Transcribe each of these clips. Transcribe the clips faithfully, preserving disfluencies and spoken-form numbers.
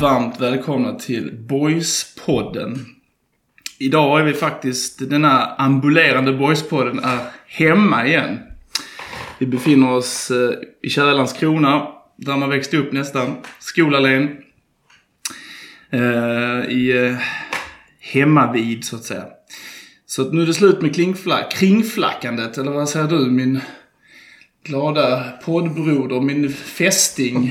varmt välkomna till Boys-podden. Idag är vi faktiskt, denna ambulerande Boys-podden är hemma igen. Vi befinner oss i kära Landskrona, där man växte upp nästan, Skolallén. Eh, I eh, hemmavid så att säga. Så att nu är det slut med klingfla- kringflackandet, eller vad säger du min glada poddbroder, min fästing?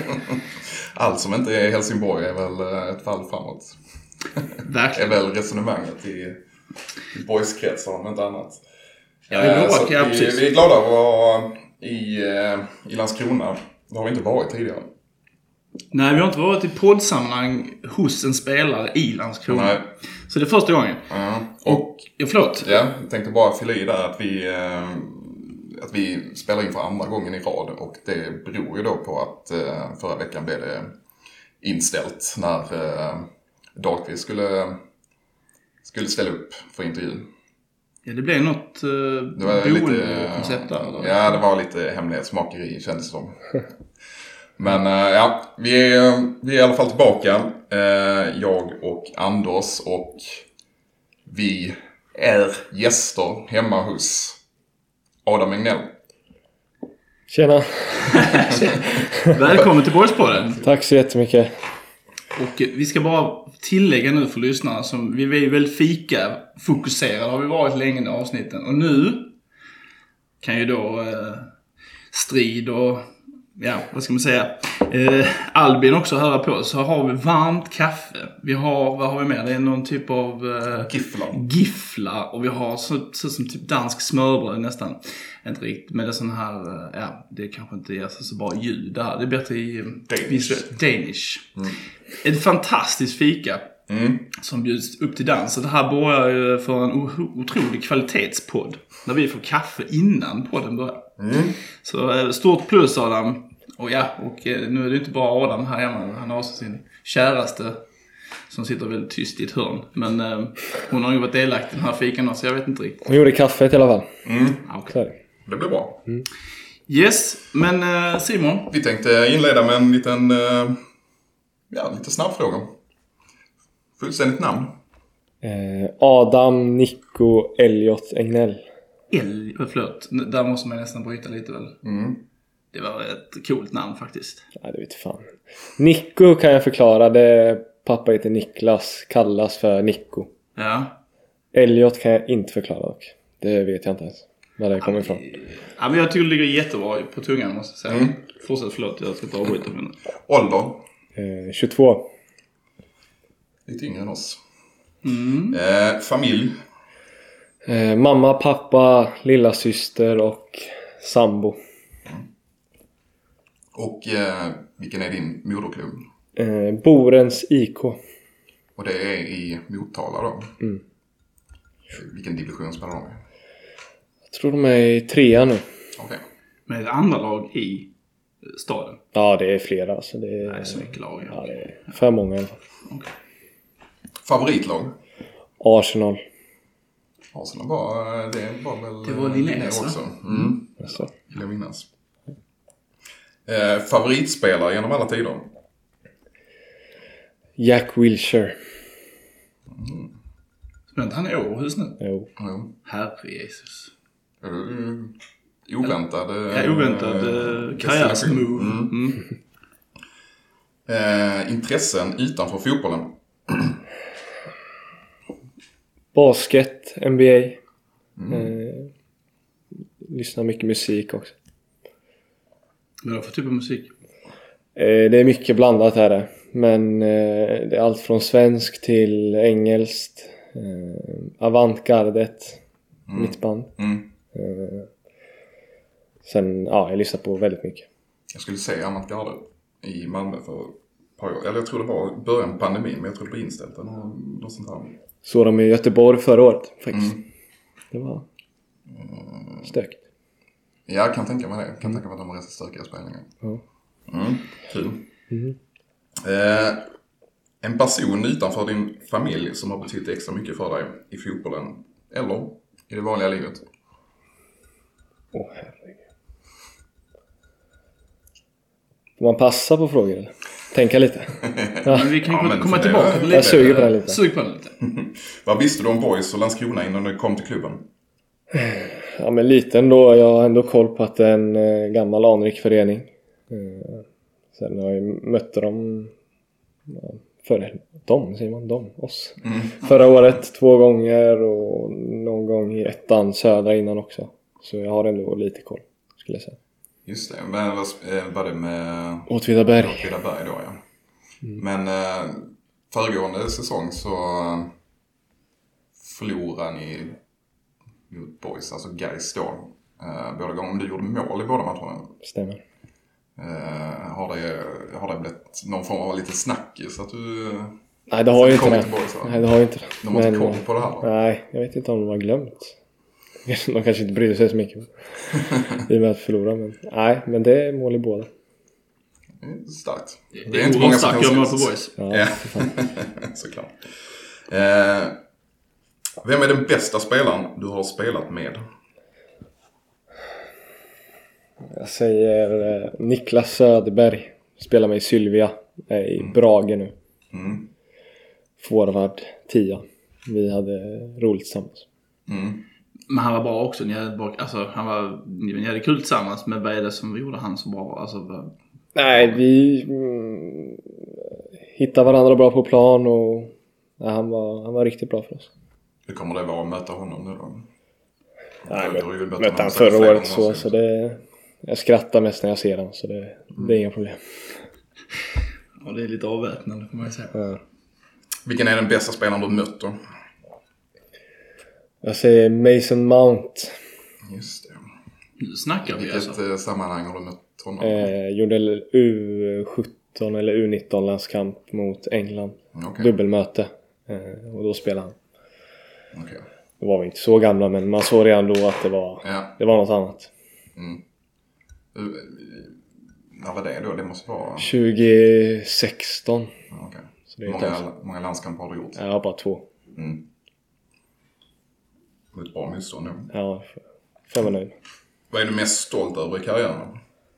Allt som inte är Helsingborg är väl ett fall framåt. Verkligen. Det är väl resonemanget i, i boyskretsar om inte annat. Ja, det är bra, så ja, vi, precis. vi är glada att vara i, i Landskrona. Det har vi inte varit tidigare. Nej, vi har inte varit i poddsammanhang hos en spelare i Landskrona. Nej. Så det är första gången. Ja. Och, ja, förlåt. Ja, jag tänkte bara fylla i där att vi, att vi spelar in för andra gången i rad. Och det beror ju då på att förra veckan blev det inställt när Dahlqvist skulle, skulle ställa upp för intervjun. Ja, det blev något uh, det var lite koncept där. Eller? Ja, det var lite hemlighetsmakeri kändes det som. Men uh, ja, vi är, vi är i alla fall tillbaka. Uh, jag och Anders, och vi är gäster hemma hos Adam Engnell. Tjena. Välkommen till Boys-podden. Tack så jättemycket. Och vi ska bara tillägga nu för lyssnarna som vi är väldigt fika fokuserade, har vi varit länge i avsnitten. Och nu kan ju då eh, Strid och ja, vad ska man säga, eh, Albin också höra på. Så har vi varmt kaffe. Vi har, vad har vi med? Det är någon typ av eh, Gifflar. Gifflar. Och vi har så, så som typ dansk smörbröd nästan. Inte riktigt, men det är sån här, eh, ja, det kanske inte ger så, så bra ljud det här. Det är bättre i Danish. Danish. Mm. Ett fantastiskt fika. Mm. Som bjuds upp till dans. Så det här börjar ju för en otrolig kvalitetspodd. När vi får kaffe innan podden börjar. Mm. Så stort plus Adam. Och ja, och nu är det inte bara Adam här hemma. Han har också sin käraste som sitter väldigt tyst i ett hörn. Men eh, hon har ju varit delaktig i den här fikan också, jag vet inte riktigt. Hon gjorde kaffet i alla fall. Mm. Okay. Det blir bra. Mm. Yes, men eh, Simon. Vi tänkte inleda med en liten, eh, ja, lite snabb fråga. Fullständigt namn. Eh, Adam Nico Elliot Engnell. El, förlåt, där måste man nästan bryta lite väl. Mm. Det var ett coolt namn faktiskt. Ja, det vet fan. Nico kan jag förklara. Det, pappa heter Niklas, kallas för Nico. Ja. Elliot kan jag inte förklara dock. Det vet jag inte ens var det kommer ifrån. Ja, men jag tycker det ligger jättebra på tungan, måste jag säga. Mm. Fortsätt, förlåt, jag ska inte avbryta. Men... Ålder? Eh, tjugotvå. Lite yngre än oss. Mm. Eh, familj? Eh, mamma, pappa, lilla syster och sambo. Mm. Och eh, vilken är din moderklubb? Eh, Borens I K. Och det är i Motala då? Mm. Vilken division spelar de i? Jag tror de är i trea nu. Okej. Okay. Med ett andra lag i staden? Ja, det är flera. Alltså. Det är, det är så mycket lag. Ja. Ja, det är för många i alla fall. Okay. Favoritlag? Arsenal. Arsenal var, det var väl... Det var Linnés också. Mm. Alltså. Vill jag minnas. Eh, favoritspelare genom alla tider? Jack Wilshere. Mm. Spelar inte han i Århus nu? Jo. Jo. Herre Jesus. Mm. Oväntad. Ja, oväntad äh, karriärsmove. Mm. Mm. Eh, intressen utanför fotbollen? Basket, N B A. Mm. Eh, lyssnar mycket musik också. Vad är det för typ av musik? Eh, det är mycket blandat här. Men eh, det är allt från svensk till engelskt. Eh, avantgardet. Mm. Mitt band. Mm. Eh, sen, ja, jag lyssnar på väldigt mycket. Jag skulle säga avantgarde i Malmö för ett par år. Eller jag tror det var början på pandemin, men jag tror det blev inställt. Eller något sånt här. Så de i Göteborg förra året faktiskt. Mm. Det var stökigt. Ja, jag kan tänka mig det. Jag kan tänka mig att de har rätt stökiga spelningar. Ja. Mm, kul. Mm. Eh, en person utanför din familj som har betytt extra mycket för dig i fotbollen eller i det vanliga livet? Åh, oh, herregud. Får man passa på frågor eller? Tänka lite. Ja. Men vi kan ja, men komma tillbaka till lite. Jag suger på den lite. Sug på den lite. Vad visste du om Boys och Landskrona innan du kom till klubben? Ja, men lite ändå. Jag har ändå koll på att det är en eh, gammal anrik förening. Eh, sen har jag mött dem ja, för dem, säger man, dem, oss. Mm. Förra året två gånger och någon gång i ettan södra innan också. Så jag har ändå lite koll, skulle jag säga. Just det, men vad var det med Åtvidaberg? Åtvidaberg då, ja. Mm. Men eh, föregående säsong så förlorade ni mot Boys, alltså Gais då. Eh, båda gånger du gjorde mål i båda matcherna. Stämmer. Eh, har, det, har det blivit någon form av lite snackis att du... Nej, det har ju inte det. Boys, nej, det har ju inte det. De har inte koll på det här då? Nej, jag vet inte om de har glömt. De kanske inte bryr sig så mycket i och med att förlora, men nej, men det är mål i båda. Starkt. Det är, det är inte många som kan mål på Boys. Ja, ja. Såklart. Eh, vem är den bästa spelaren du har spelat med? Jag säger eh, Niklas Söderberg. Spelar med i Sylvia. Är i mm. Brage nu. Mm. Forward tia. Vi hade roligt tillsammans. Mm. Men han var bra också. Ni hade, bra, alltså, han var, ni hade kul tillsammans. Men vad är det som gjorde han så bra? Alltså, vad... Nej, vi mm, hittade varandra bra på plan. Och ja, han, var, han var riktigt bra för oss. Hur kommer det vara att möta honom nu då? Nej, jag mötte han förra året så, så det... Jag skrattar mest när jag ser den, så det, mm. det är inga problem. Ja, det är lite avväpnande får man ju säga. Ja. Vilken är den bästa spelaren du mött då? Jag säger Mason Mount. Just det. Nu snackar vi Vilket alltså. sammanhang har du mött honom? Eh, gjorde U sjutton eller U nitton landskamp mot England. Okay. Dubbelmöte. Eh, och då spelade han. Okay. Då var vi inte så gamla, men man såg redan då att det var, ja. det var något annat. Mm. När var det då? Det måste vara... tjugo sexton. Okay. Så det är många, många landskamper har du gjort? Ja, bara två. Mm. Det är ett bra motstånd nu. Ja, för mig nöjd. Vad är du mest stolt över i karriären?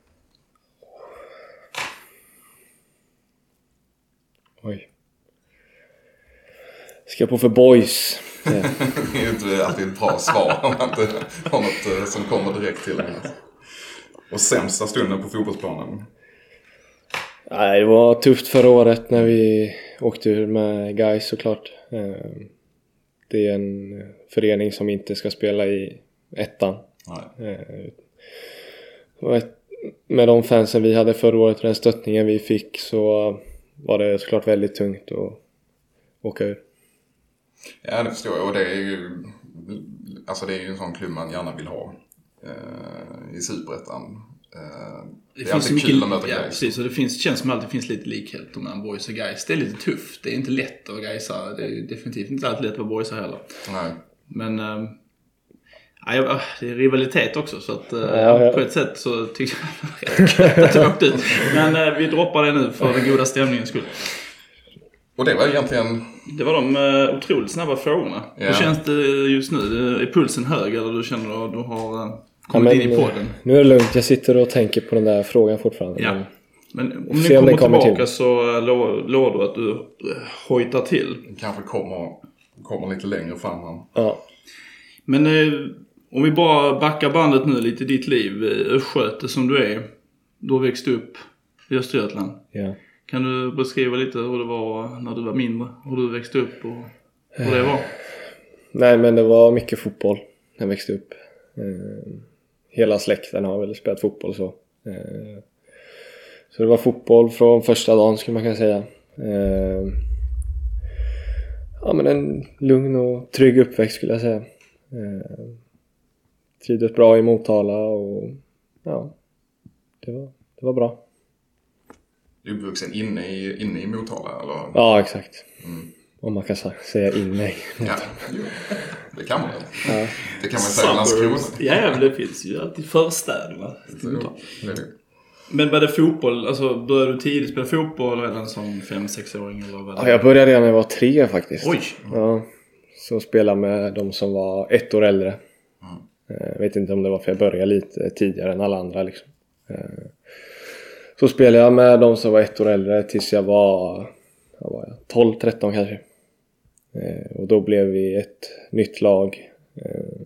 Oj. Ska jag på för Boys? Det är ju inte alltid ett bra svar om man inte har något som kommer direkt till en. Och sämsta stunden på fotbollsplanen? Nej, det var tufft förra året när vi åkte ur med Gais såklart. Det är en förening som inte ska spela i ettan. Nej. Med de fansen vi hade förra året och den stöttningen vi fick så var det såklart väldigt tungt att åka ur. Ja, det förstår jag. Och det är ju, alltså det är ju en sån klubb man gärna vill ha eh, i Superettan. Eh, det, det är alltid kul att möta ja, Gais. Precis, och det finns, känns som att det finns lite likhet mellan Boys och Gais. Det är lite tufft. Det är inte lätt att Gaisa. Det är definitivt inte alltid lätt att vara Boys heller. Nej. Men äh, ja, det är rivalitet också. Så att, äh, ja, ja. På ett sätt så tycker jag att det åkte ut. Men äh, vi droppar det nu för den goda stämningens skull. Och det var egentligen... Det var de uh, otroligt snabba frågorna. Ja. Hur känns det just nu? Är pulsen hög eller du känner att du har uh, kommit ja, in i podden? Nu är det lugnt. Jag sitter och tänker på den där frågan fortfarande. Ja. Men, men om ni kommer, kommer tillbaka till. Så uh, lovar du att du uh, hojtar till. Kanske kommer, kommer lite längre fram. Här. Ja. Men uh, om vi bara backar bandet nu lite i ditt liv. Östgöte som du är. Du har växt upp i Östergötland. Ja. Kan du beskriva lite hur det var när du var mindre? Hur du växte upp och hur det var? Nej, men det var mycket fotboll när jag växte upp. Eh, hela släkten har väl spelat fotboll så. Eh, så det var fotboll från första dagen skulle man kunna säga. Eh, ja, men en lugn och trygg uppväxt skulle jag säga. Eh, trivdes bra i Motala och ja, det var, det var bra. Du är uppvuxen inne i, inne i Motala, eller? Ja, exakt. Mm. Om man kan säga inne i ja, jo. Det kan man väl. Ja. Det kan man säga i Landskrona. Ja, men det finns ju alltid förstäderna. Det det. Men var det fotboll? Alltså, började du tidigt spela fotboll redan som fem-sexåring? Eller vad? Ja, jag började redan när jag var tre faktiskt. Oj! Ja, så spelade med de som var ett år äldre. Mm. Jag vet inte om det var för jag började lite tidigare än alla andra liksom. Så spelade jag med de som var ett år äldre tills jag var, jag var tolv tretton kanske. Eh, och då blev vi ett nytt lag. Eh,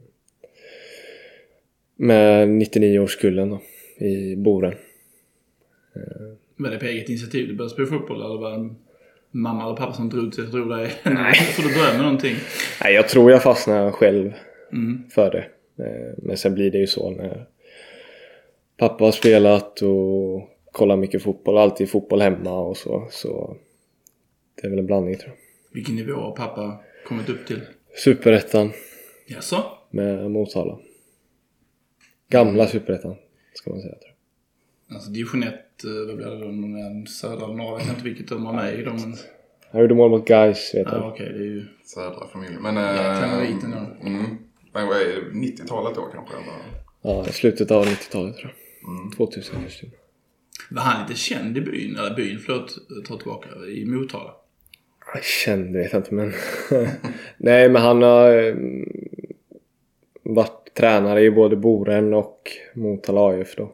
med nittionio-årskullen då, i Boren. Eh. Var det på eget initiativ? Du började spela fotboll eller var det mamma eller pappa som drog till drog dig? Nej. Får du börja med någonting? Nej, jag tror jag fastnade själv mm. för det. Men sen blir det ju så när pappa har spelat och kollar mycket fotboll. Alltid fotboll hemma och så. Så det är väl en blandning, tror jag. Vilken nivå har pappa kommit upp till? Superettan. Jaså? Med Motala. Gamla Superettan, ska man säga, tror jag. Alltså division ett, vad blir det då? Någon södra eller norra? Jag vet inte vilket de var med i. De... Jag gjorde mål mot Gais, vet jag. Ja, okej, okay, det är ju... Södra familjen. Men... Ja, äh, liten då. Mm. Men vad är det? nittiotalet då kanske? Eller? Ja, slutet av nittiotalet, tror jag. Mm. tvåtusen först. Var han lite känd i byn? Eller byn, förlåt, ta tillbaka. I Motala? Jag kände, vet jag inte, men... Nej, men han har varit tränare i både Boren och Motala A I F då.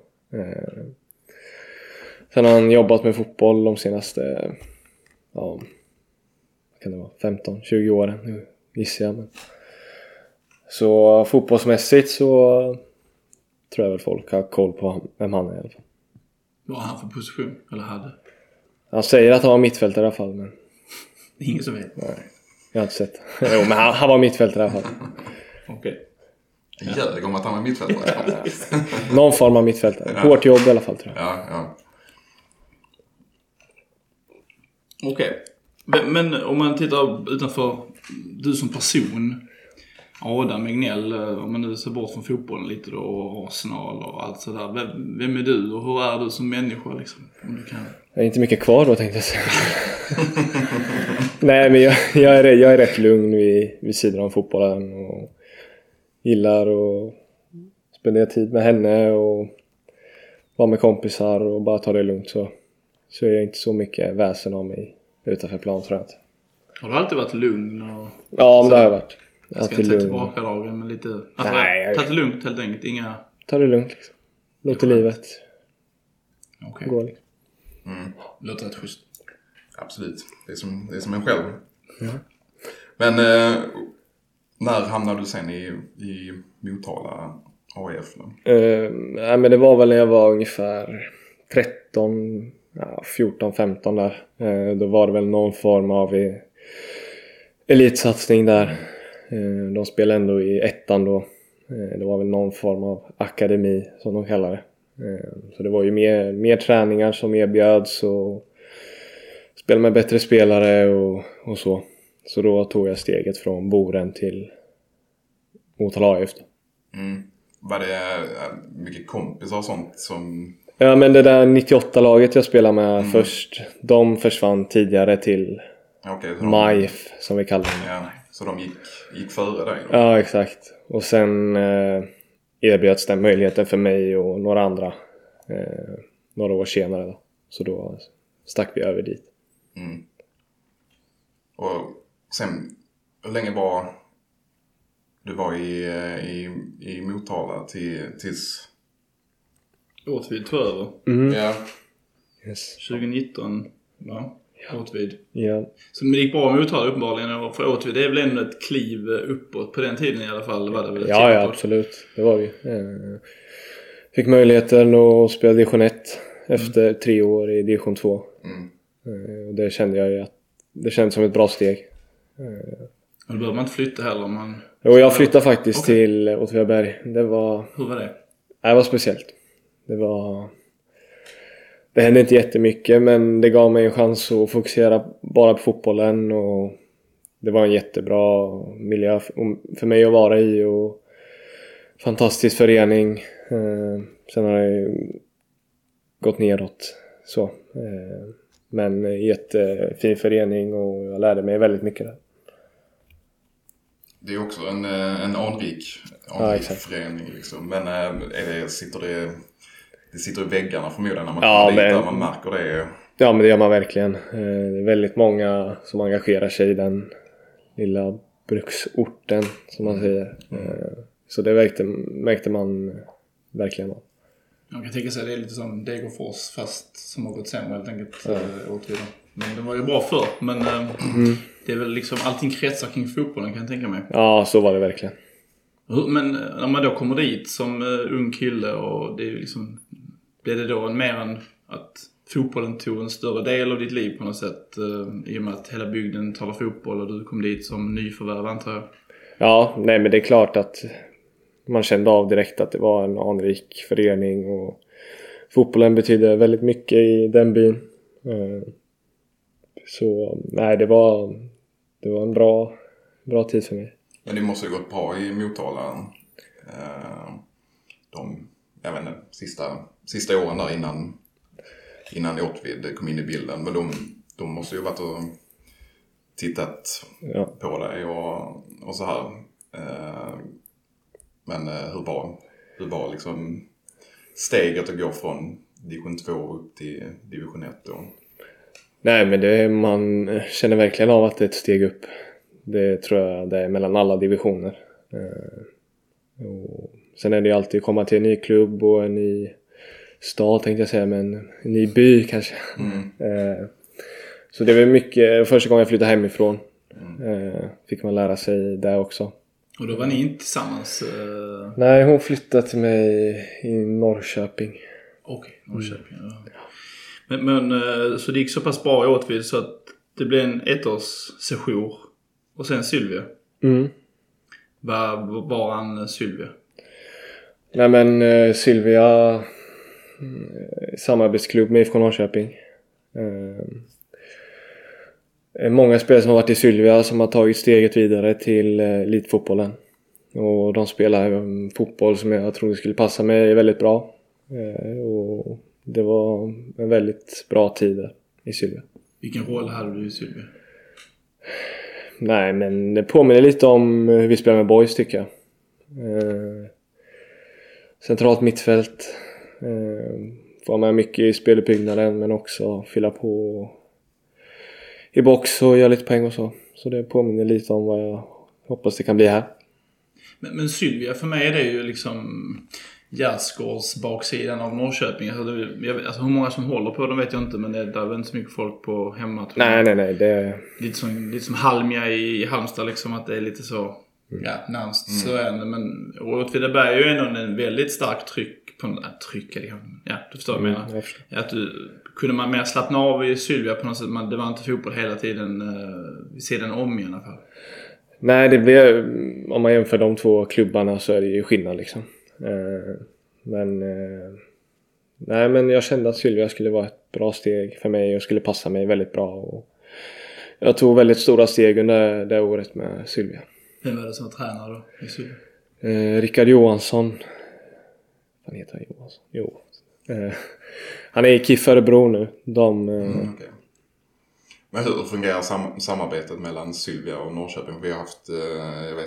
Sen har han jobbat med fotboll de senaste, ja, vad kan det vara, femton tjugo åren nu, gissar jag. Men. Så fotbollsmässigt så tror jag väl folk har koll på vem han är i alla fall. Vad har han för position? Eller hade? Han säger att han var mittfältare i alla fall, men... Det är ingen som vet. Nej, jag har inte sett. Jo, men han, han var mittfältare i alla fall. Okej. Okay. Jag ljög om att han var mittfältare. Någon form av mittfältare. Ja. Hårt jobb i alla fall, tror jag. Ja, ja. Okej. Okay. Men, men om man tittar utanför du som person, Adam Egnell, om man nu ser bort från fotbollen lite då, och Arsenal och allt sådär. Vem, vem är du och hur är du som människa liksom? Om du kan... Jag är inte mycket kvar då, tänkte jag säga. Nej, men jag, jag, är, jag är rätt lugn vid, vid sidan av fotbollen och gillar att spendera tid med henne och vara med kompisar och bara ta det lugnt, så, så är jag inte så mycket väsen av mig utanför plan, tror jag. Har du alltid varit lugn? Och... Ja, men det har jag varit. Jag ska inte ta tillbaka dagen, men lite... Alltså, Nej, ta det lugnt helt enkelt, inga... Ta det lugnt liksom. Låt livet okay. gå liksom. Mm. Låter rätt schysst. Absolut, det är som, det är som en själv. Ja. Men eh, när hamnade du sen i, i Motala A I F? Uh, nej, men det var väl när jag var ungefär tretton, ja, fjorton femton där. Uh, då var det väl någon form av uh, elitsatsning där. Uh, de spelade ändå i ettan då. Uh, det var väl någon form av akademi som de kallar det. Uh, så det var ju mer, mer träningar som erbjöds och spela med bättre spelare och, och så. Så då tog jag steget från Boren till Motala A I F då. Mm. Var det mycket kompisar och sånt som... Ja, men det där nittioåtta-laget jag spelade med mm. först, de försvann tidigare till okay, M I F som vi kallar det. Ja, så de gick, gick före dig då? Ja, exakt. Och sen eh, erbjöds den möjligheten för mig och några andra eh, några år senare då. Så då stack vi över dit. Mm. Och sen, hur länge var du var i, i, i Motala till, tills... Åtvid två över. Mm. Ja. Yes. tjugonitton, va? Ja. Åtvid. Ja. Så det gick bra med Motala uppenbarligen. För Åtvid, det är väl ändå ett kliv uppåt på den tiden i alla fall. Var det väl ja, ja, absolut. Det var vi. Eh, fick möjligheten att spela division ett efter mm. tre år i division två. Mm. Eh, och det kände jag ju att det kändes som ett bra steg. Eh, och då behöver man inte flytta heller om man... Jo, jag flyttade faktiskt okay. till Åtvidaberg. Det var... Hur var det? Det var speciellt. Det var... Det hände inte jättemycket, men det gav mig en chans att fokusera bara på fotbollen. Och det var en jättebra miljö för mig att vara i. Och fantastisk förening. Sen har det gått neråt. Så. Men jättefin förening och jag lärde mig väldigt mycket där. Det är också en, en anrik, anrik ja, förening liksom. Men är det, sitter det, det sitter i väggarna förmodligen när man ja, kommer dit men, där man märker det. Ja, men det gör man verkligen. Det är väldigt många som engagerar sig i den lilla bruksorten som man säger. Mm. Så det märkte, märkte man verkligen. Jag kan tänka sig att det är lite som Degerfors fast som har gått sämre helt enkelt ja. Åtvidare. Men det var ju bra förr, men mm. det är väl liksom allting kretsar kring fotbollen kan jag tänka mig. Ja, så var det verkligen. Men när man då kommer dit som uh, ung kille och det är liksom, blir det då en mer än att fotbollen tog en större del av ditt liv på något sätt uh, i och med att hela bygden talar fotboll och du kom dit som nyförvärv antar jag? Ja, nej men det är klart att man kände av direkt att det var en anrik förening och fotbollen betyder väldigt mycket i den byn. Uh, så nej, det var, det var en bra, bra tid för mig. Men det måste ju gått bra i Motala. Eh, de, jag vet inte, sista, sista åren där innan, innan Åtvid kom in i bilden. Men de, de måste ju varit och tittat ja. på dig och, och så här. Eh, men eh, hur var, hur var liksom steget att gå från division två upp till division ett då? Nej, men det, man känner verkligen av att det är ett steg upp. Det tror jag det är mellan alla divisioner. Eh, och sen är det ju alltid att komma till en ny klubb och en ny stad tänkte jag säga, men en ny by kanske. Mm. Eh, så det var mycket, första gången jag flyttade hemifrån mm. eh, fick man lära sig där också. Och då var ni inte tillsammans? Eh... Nej, hon flyttade till mig i Norrköping. Okej, okay, Norrköping. Mm. Ja. Men, men så det gick så pass bra i Åtvid så att det blev en ettårssession. Och sen Sylvia. Mm. Var, var han Sylvia? Nej men uh, Sylvia uh, samarbetsklubb med I F K Norrköping. Uh, många spelare som har varit i Sylvia som har tagit steget vidare till uh, elitfotbollen. Och de spelar um, fotboll som jag trodde skulle passa mig väldigt bra. Uh, och det var en väldigt bra tid där i Sylvia. Vilken roll hade du i Sylvia? Nej, men det påminner lite om hur vi spelar med boys tycker jag. Eh, centralt mittfält. Eh, får med mycket i speluppbyggnaden men också fylla på i box och göra lite poäng och så. Så det påminner lite om vad jag hoppas det kan bli här. Men, men Sylvia för mig är det ju liksom Gärdsgårds baksidan av Norrköping. Alltså, det, jag, alltså hur många som håller på dem vet jag inte, men det, det är väl inte så mycket folk på hemma. Nej, nej, nej. Det... Lite som, lite som Halmia i Halmstad liksom, att det är lite så, mm. ja, närmast mm. så är det. Men Åtvidaberg är ju ändå en väldigt stark tryck på, äh, tryck, ja, du förstår vad jag menar. Mm, jag att du, kunde man mer slappna av i Sylvia på något sätt, man, det var inte fotboll hela tiden, uh, vi ser den om i alla fall. Nej, det blir, om man jämför de två klubbarna så är det ju skillnad liksom. Uh, men uh, nej, men jag kände att Sylvia skulle vara ett bra steg för mig och skulle passa mig väldigt bra och jag tog väldigt stora steg under det året med Sylvia. Vem var det som var tränare då i Sylvia? Uh, Rickard Johansson. Vad heter han Johansson? Jo. Uh, han är i K I F Örebro nu. De, uh, mm, okay. Men hur fungerar sam- samarbetet mellan Sylvia och Norrköping? Vi har haft, uh, jag vet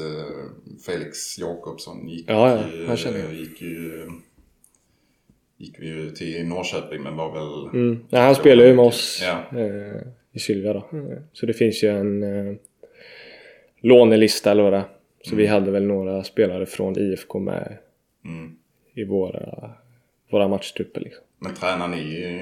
Felix Jakobsson gick, ja, ja, ju, gick ju gick ju till Norrköping men var väl mm. ja, han spelar ju med oss ja. eh, i Sylvia då. Så det finns ju en eh, lånelista eller vad det är. Så mm. vi hade väl några spelare från I F K med mm. i våra våra matchtrupper liksom. Men tränar ni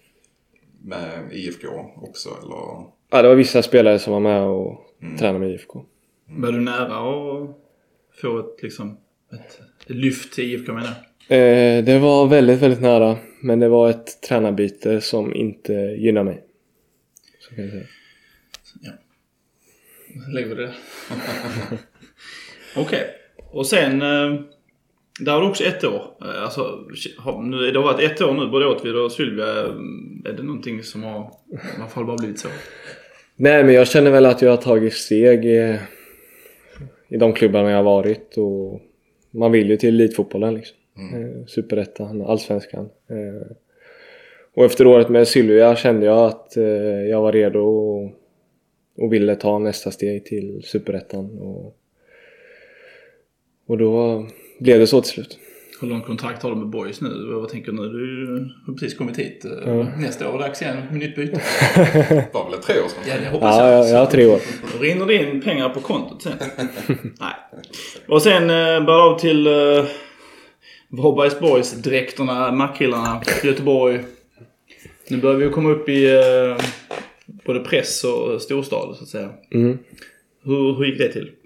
med I F K också eller? Ja, det var vissa spelare som var med och mm. tränade med I F K. Var du nära att få ett, liksom, ett, ett lyft till I F K menar? Eh, det var väldigt, väldigt nära. Men det var ett tränarbyte som inte gynnar mig. Så kan jag säga. Ja. Lägger vi det. Okej. Okay. Och sen, där har du också ett år. Alltså, nu, det har varit ett år nu, både Åtvid och Sylvia. Är det någonting som har i alla fall bara blivit så? Nej, men jag känner väl att jag har tagit steg i, i de klubbarna jag har varit och man vill ju till elitfotbollen liksom. Mm. Superettan, allsvenskan. Och efter året med Sylvia kände jag att jag var redo och, och ville ta nästa steg till Superettan och, och då blev det så till slut. Hur lång kontakt har du med boys nu? Vad tänker du nu? Du har precis kommit hit. Mm. Nästa år dags igen med nytt byte. Var väl tre år som ja, det hoppas ja, jag. Ja, jag har tre år. Då rinner det in pengar på kontot sen. Nej. Och sen eh, bara av till eh, Varbergs Boys, dräkterna, mackhillarna, Göteborg. Nu börjar vi komma upp i eh, både press och storstad så att säga. Mm. Hur, hur gick det till?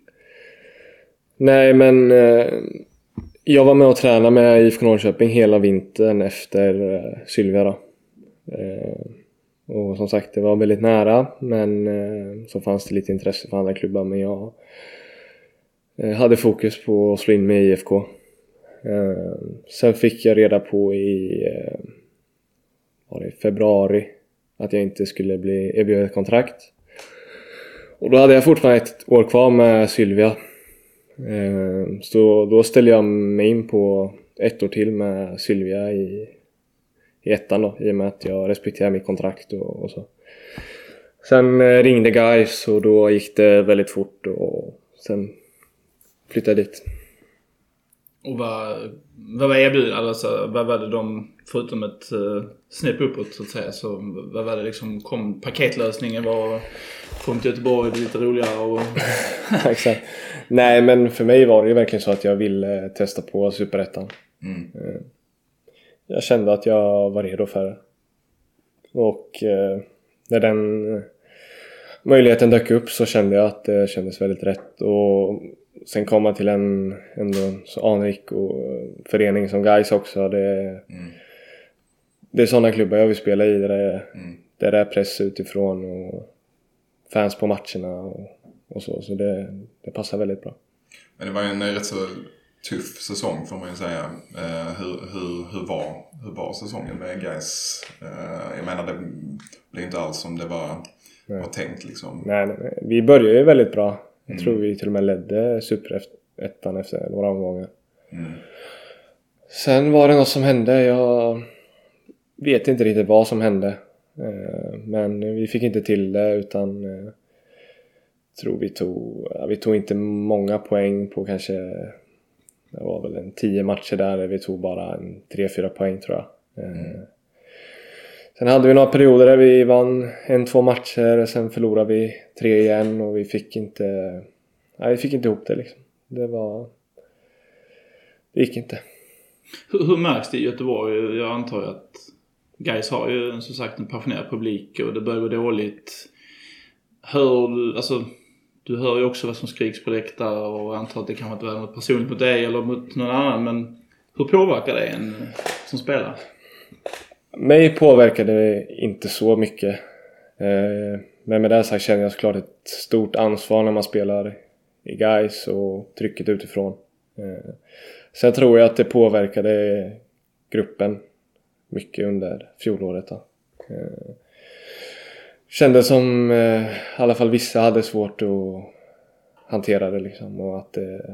Nej, men eh, jag var med och tränade med I F K Norrköping hela vintern efter eh, Sylvia då. Eh, och som sagt, det var väldigt nära, men eh, så fanns det lite intresse för andra klubbar, men jag eh, hade fokus på att slå in med I F K. Eh, sen fick jag reda på i eh, var det februari att jag inte skulle bli erbjuden ett kontrakt. Och då hade jag fortfarande ett år kvar med Sylvia. Eh, så då ställde jag mig in på ett år till med Sylvia i, i ettan då, i och med att jag respekterar mitt kontrakt och, och så. Sen eh, ringde Gais och då gick det väldigt fort och sen flyttade jag dit. Och vad, vad var erbjudet? Alltså, vad var det de, förutom ett uh, snäpp uppåt så att säga, så vad var det liksom, kom paketlösningen, var kom till Göteborg, det lite roligare och... Exakt. Nej, men för mig var det ju verkligen så att jag ville testa på Superettan. Mm. Jag kände att jag var redo för det. Och eh, när den eh, möjligheten dök upp så kände jag att det kändes väldigt rätt. Och sen komma till en ändå så anrik och förening som Gais också. Det, mm. det är sådana klubbar jag vill spela i där det, mm. där det är press utifrån och fans på matcherna och, och så. Så det, det passar väldigt bra. Men det var ju en rätt så tuff säsong får man ju säga. Eh, hur, hur, hur, var, hur var säsongen med Gais? Eh, jag menar det blev inte alls som det var, var tänkt liksom. Nej, nej, vi började ju väldigt bra. Jag mm. tror vi till och med ledde Superettan efter några omgångar. Mm. Sen var det något som hände. Jag vet inte riktigt vad som hände. Eh, men vi fick inte till det utan eh, tror vi tog ja, vi tog inte många poäng på kanske, det var väl en tio matcher där vi tog bara en tre fyra poäng tror jag. Eh, mm. Sen hade vi några perioder där vi vann en, två matcher. Sen förlorade vi tre igen och vi fick inte... Nej, vi fick inte ihop det liksom. Det var... Det gick inte. Hur, hur märks det i Göteborg? Jag antar att Gais har ju som sagt en passionerad publik och det börjar gå dåligt. Hör du... Alltså, du hör ju också vad som skriks på läktare och antar att det kanske inte var något personligt mot dig eller mot någon annan. Men hur påverkar det en som spelar? Mig påverkade det inte så mycket. Eh, men med det sagt känner jag såklart ett stort ansvar när man spelar i Gais och trycket utifrån. Eh, sen tror jag att det påverkade gruppen mycket under fjolåret. Då. Eh, kändes som eh, i alla fall vissa hade svårt att hantera det liksom. Och att, eh,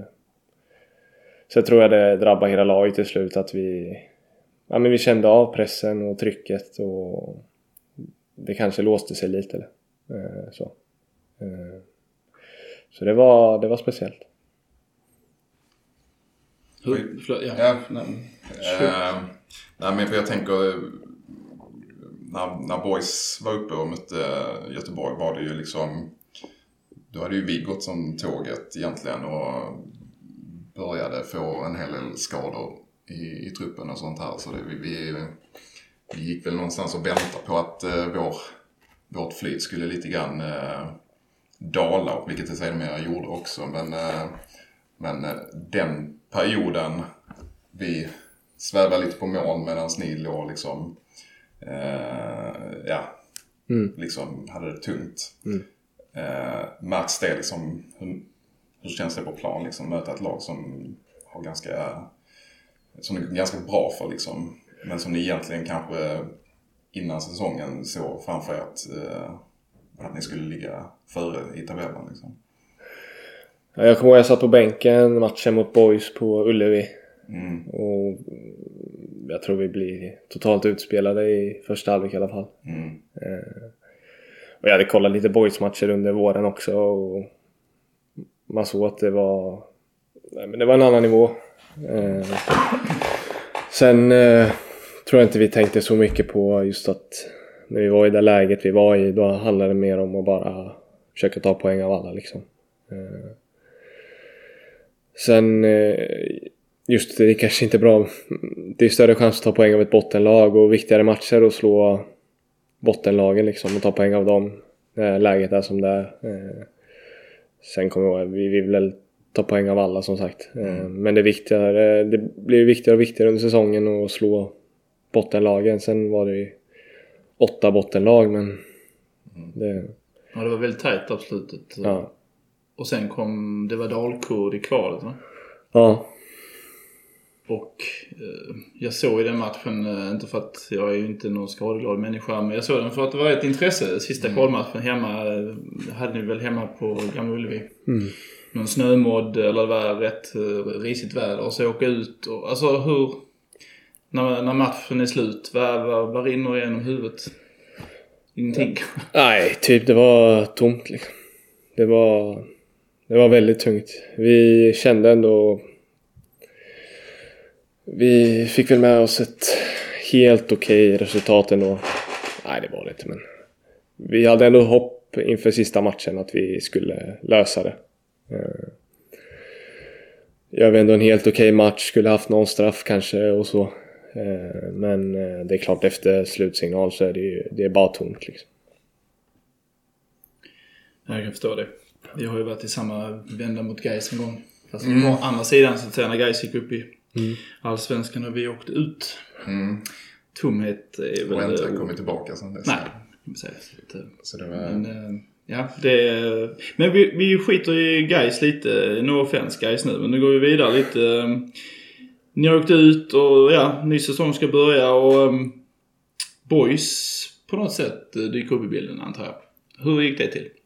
så jag tror jag det drabbade hela laget till slut att vi... Ja, men vi kände av pressen och trycket och det kanske låste sig lite eller eh, så. Eh, så det var det var speciellt. Hur, ja. Ja. Nej. Uh, nej, men för jag tänker när, när Boys var uppe och mötte Göteborg var det ju liksom då hade ju vi gått som tåget egentligen och började få en hel del skador I, i truppen och sånt här så det, vi, vi, vi gick väl någonstans och väntade på att eh, vår, vårt flyt skulle lite grann eh, dala, vilket det sedermera gjorde också men, eh, men eh, den perioden vi svävade lite på mål medan ni låg liksom eh, ja mm. liksom hade det tungt mm. eh, märks det liksom hur, hur känns det på plan liksom möta ett lag som har ganska som är ganska bra för liksom, men som ni egentligen kanske innan säsongen så framför att, eh, att ni skulle ligga före i tabellen liksom. Ja, jag kommer ihåg jag satt på bänken matchen mot Boys på Ullevi mm. och jag tror vi blir totalt utspelade i första halvlek i alla fall. Mm. Eh, och jag hade kollat lite Boys matcher under våren också och man såg att det var nej, men det var en annan nivå. Eh, sen eh, tror jag inte vi tänkte så mycket på just att när vi var i det läget vi var i då handlade det mer om att bara försöka ta poäng av alla liksom. Eh, sen eh, just det, det kanske inte är bra. Det är större chans att ta poäng av ett bottenlag och viktigare matcher att slå bottenlagen liksom och ta poäng av dem. Läget är som det är. Sen kommer jag ihåg, vi vill väl ta poäng av alla som sagt. Mm. Men det, viktigare, det blir viktigare och viktigare under säsongen att slå bottenlagen. Sen var det ju åtta bottenlag, men mm. det... Ja, det var väldigt tajt på slutet. Ja. Och sen kom, det var Dalkurd i kvalet, va? Ja. Och eh, jag såg i den matchen, eh, inte för att jag är ju inte någon skadeglad människa, men jag såg den för att det var ett intresse. Sista mm. kvalmatchen hemma, eh, hade ni väl hemma på Gamla Ullevi. Mm. Någon snömodd, eller det var rätt eh, risigt väder. Och så åka ut, och, alltså hur, när, när matchen är slut, vad, vad, vad rinner genom huvudet? Ingenting. Nej, typ det var tomt liksom. Det var, det var väldigt tungt. Vi kände ändå... Vi fick väl med oss ett helt okej resultat ändå. Nej, det var det inte, men... Vi hade ändå hopp inför sista matchen att vi skulle lösa det. Gör vi ändå en helt okej match, skulle haft någon straff kanske och så. Men det är klart, efter slutsignal så är det ju, det är bara tomt liksom. Jag kan förstå det. Vi har ju varit i samma vända mot Gais en gång. Fast mm. på andra sidan så att säga, när Gais gick upp i mm. Allsvenskan och vi åkte ut. Mm. Tomhet är väl... Och inte uh, kommit tillbaka sen dess. Nej, kan man säga. Så, att, så det var... Men, uh, ja, det är... Men vi, vi skiter i Gais lite. No offense Gais nu, men nu går vi vidare lite. Uh, ni har åkt ut och ja, ny säsong ska börja och um, boys på något sätt dyker upp i bilden, antar jag. Hur gick det till?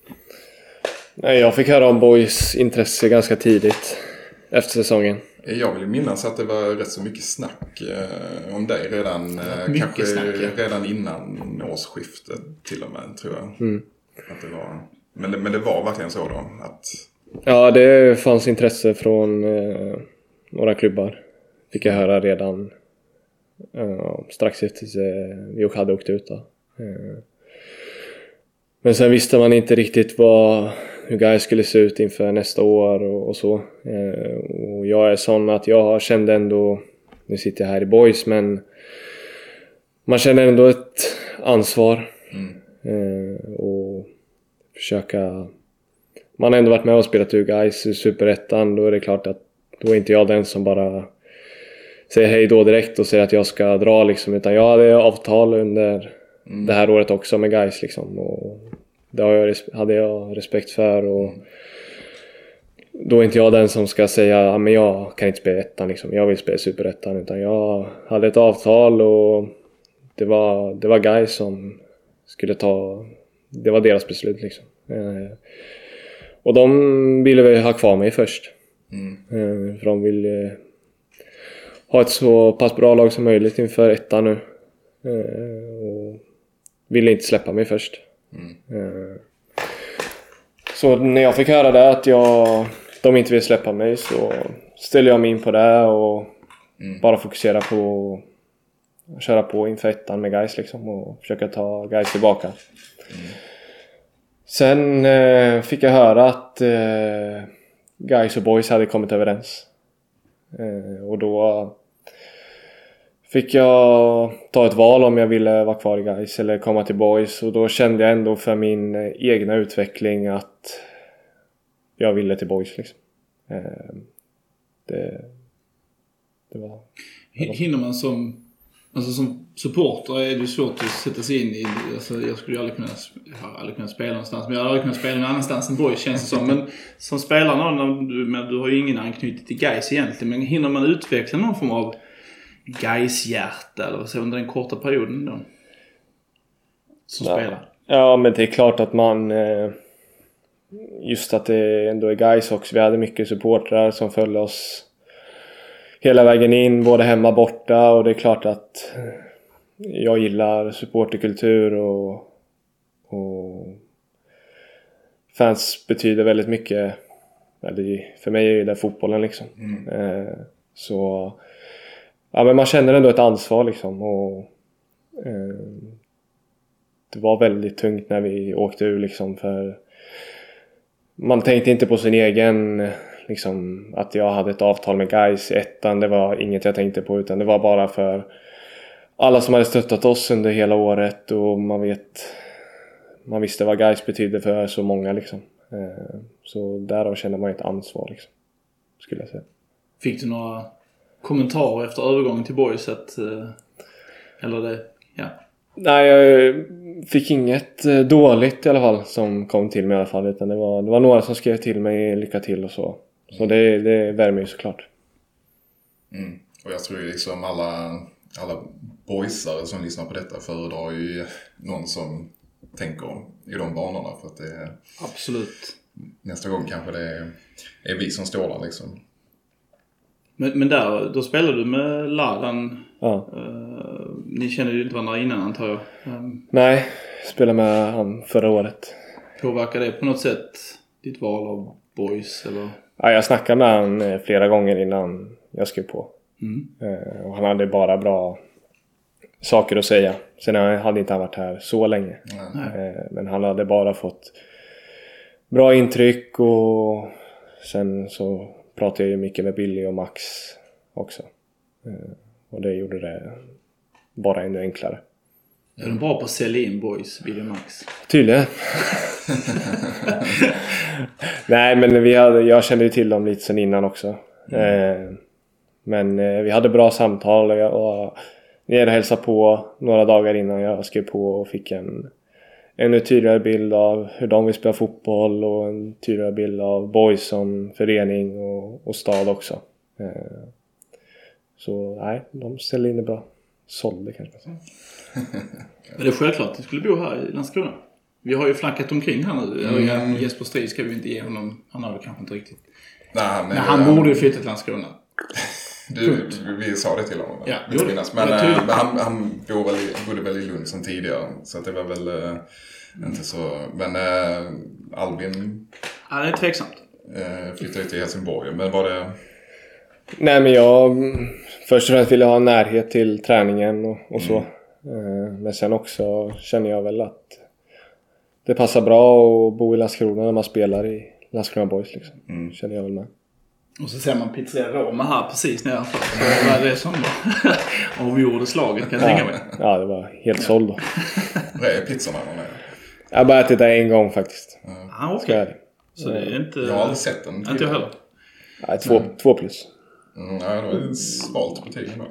Nej, jag fick höra om boys intresse ganska tidigt efter säsongen. Jag vill minnas att det var rätt så mycket snack eh, om dig redan, eh, kanske snack, ja. redan innan årsskiftet till och med, tror jag. Mm. Att det var, men, det, men det var verkligen så då? Att... Ja, det fanns intresse från eh, några klubbar. Fick jag höra redan eh, strax efter eh, vi hade åkt ut då. Eh. Men sen visste man inte riktigt vad, hur Gais skulle se ut inför nästa år och, och så. Eh, och jag är sån att jag kände ändå, nu sitter jag här i boys, men man känner ändå ett ansvar. Mm. Eh, och försöka, man har ändå varit med och spelat ur Gais i Superettan, då är det klart att då är inte jag den som bara säger hej då direkt och säger att jag ska dra liksom, utan jag hade avtal under mm. det här året också med Gais liksom, och det hade jag respekt för, och mm. då är inte jag den som ska säga ja, men jag kan inte spela ettan liksom, jag vill spela Superettan, utan jag hade ett avtal och det var, det var Gais som skulle ta, det var deras beslut liksom. Eh, och de ville väl ha kvar mig först. Mm. Eh, för de vill eh, ha ett så pass bra lag som möjligt inför ettan nu. Eh, och ville inte släppa mig först. Mm. Eh, så när jag fick höra det att jag, de inte vill släppa mig, så ställde jag mig in på det och mm. bara fokusera på att köra på inför ettan med Gais liksom, och försöka ta Gais tillbaka. Mm. Sen eh, fick jag höra att eh, Gais och boys hade kommit överens. Eh, och då fick jag ta ett val om jag ville vara kvar i Gais eller komma till boys. Och då kände jag ändå för min eh, egna utveckling att jag ville till boys liksom. Eh, det, det var... Det var... Hinner man som... Alltså som supporter är det svårt att sätta sig in i, alltså jag skulle ju aldrig kunna, jag har aldrig kunnat spela någonstans, men jag har aldrig kunnat spela någon annanstans än boys, känns det som. Men som spelare, någon, men du har ju ingen anknytning till Gais egentligen, men hinner man utveckla någon form av Gais-hjärta eller så under den korta perioden då? Som ja. spelar. Ja, men det är klart att man, just att det ändå är Gais också, vi hade mycket supportrar som följde oss hela vägen in, både hemma och borta, och det är klart att jag gillar supporterkultur och, och fans betyder väldigt mycket, för mig är det fotbollen liksom. Mm. Eh, så ja, men man känner ändå ett ansvar liksom, och eh, det var väldigt tungt när vi åkte ur liksom, för man tänkte inte på sin egen liksom att jag hade ett avtal med Gais i ettan, det var inget jag tänkte på, utan det var bara för alla som hade stöttat oss under hela året, och man vet man visste vad Gais betydde för så många liksom. Så därav kände man ett ansvar liksom, skulle jag säga. Fick du några kommentarer efter övergången till Boys att, eller det, ja? Nej, jag fick inget dåligt i alla fall som kom till mig i alla fall, utan det var, det var några som skrev till mig lycka till och så. Så det, det värmer ju såklart. Mm. Och jag tror ju liksom alla, alla boysare som lyssnar på detta föredrar ju någon som tänker i de banorna, för att det är... Absolut. Nästa gång kanske det är, är vi som står där liksom. Men, men där, då spelade du med Ladan. Ja. Uh, ni kände ju inte varandra innan, antar jag. Um, Nej, spelade med han förra året. Påverkar det på något sätt ditt val av Boys? Eller? Ja, jag snackade med han flera gånger innan jag skrev på. Mm. Uh, och han hade bara bra saker att säga. Sen hade inte han varit här så länge. Nej. Uh, men han hade bara fått bra intryck, och sen så pratade jag ju mycket med Billy och Max också. Och det gjorde det bara ännu enklare. Är de bra på att sälja in Boys, Billy och Max? Tydligen. Nej, men vi hade, jag kände ju till dem lite sen innan också. Mm. Men vi hade bra samtal, och jag var nere och hälsade på några dagar innan jag skrev på, och fick en en tydligare bild av hur de vill spela fotboll, och en tydligare bild av Boys som förening och, och stad också. Eh, så nej, de ställde in det bra. Sålde kanske. Men det är självklart att du skulle bo här i Landskrona. Vi har ju flackat omkring här nu. Mm. Jesper Strid ska vi inte ge honom. Han har det kanske inte riktigt. Nej, men, men han äh, borde ju flytta till Landskrona. Du, vi sa det till honom. Ja, det minnas. Men, äh, men han, han bor väl, bodde väl i Lund som tidigare. Så att det var väl äh, inte så... Men äh, Albin... Ja, det är tveksamt. Äh, flyttade till Helsingborg. Men var det... Nej, men jag först och främst ville ha närhet till träningen och, och så. Mm. Men sen också känner jag väl att det passar bra att bo i Landskrona när man spelar i Landskrona Boys liksom. Mm. Känner jag väl med. Och så ser man pizzeria Roma här precis nedanför. Så var det som avgjorde slaget, kan jag ja, tänka mig. Ja, det var helt ja. såld då. Det är pizzorna med. Jag har bara ätit det en gång faktiskt. Ja, ah, okej. Okay. Så det är inte... Jag har aldrig sett den. Inte jag heller. Nej, två, mm. två plus. Mm, ja, det var svalt betyg då.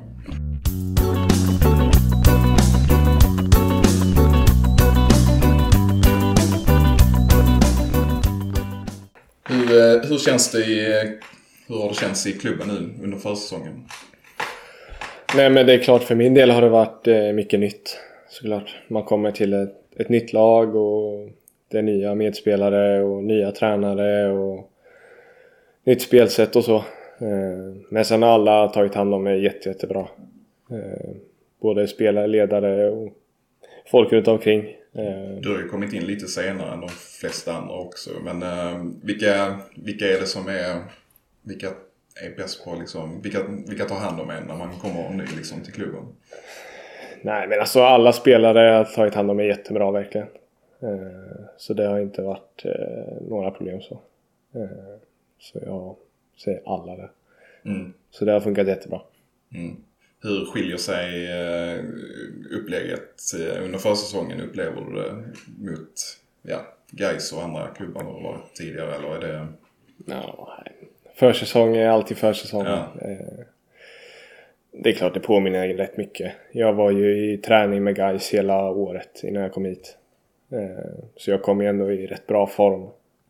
Hur, hur känns det i, hur har det känts i klubben nu under försäsongen? Nej, men det är klart, för min del har det varit mycket nytt, såklart. Man kommer till ett, ett nytt lag, och det är nya medspelare och nya tränare och nytt spelsätt och så. Men sen har alla tagit hand om mig jätte, jättebra. Både spelare, ledare och folk runt omkring. Du har ju kommit in lite senare än de flesta andra också. Men uh, vilka, vilka är det som är... Vilka är bäst på liksom... Vilka, vilka tar hand om en när man kommer ny liksom, till klubben? Nej, men alltså alla spelare har tagit hand om mig jättebra verkligen. Uh, så det har inte varit uh, några problem så. Uh, så jag säger alla det. Mm. Så det har funkat jättebra. Mm. Hur skiljer sig upplägget under försäsongen, upplever du det mot ja, Gais och andra klubbar som var tidigare, eller är det... Ja, försäsong är alltid försäsong. Ja. Det är klart det påminner rätt mycket. Jag var ju i träning med Gais hela året innan jag kom hit. Så jag kom ju ändå i rätt bra form.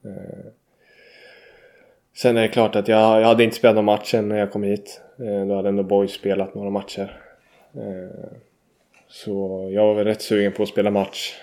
Sen är det klart att jag, jag hade inte spelat någon match när jag kom hit. Då hade ändå Boys spelat några matcher. Så jag var väl rätt sugen på att spela match.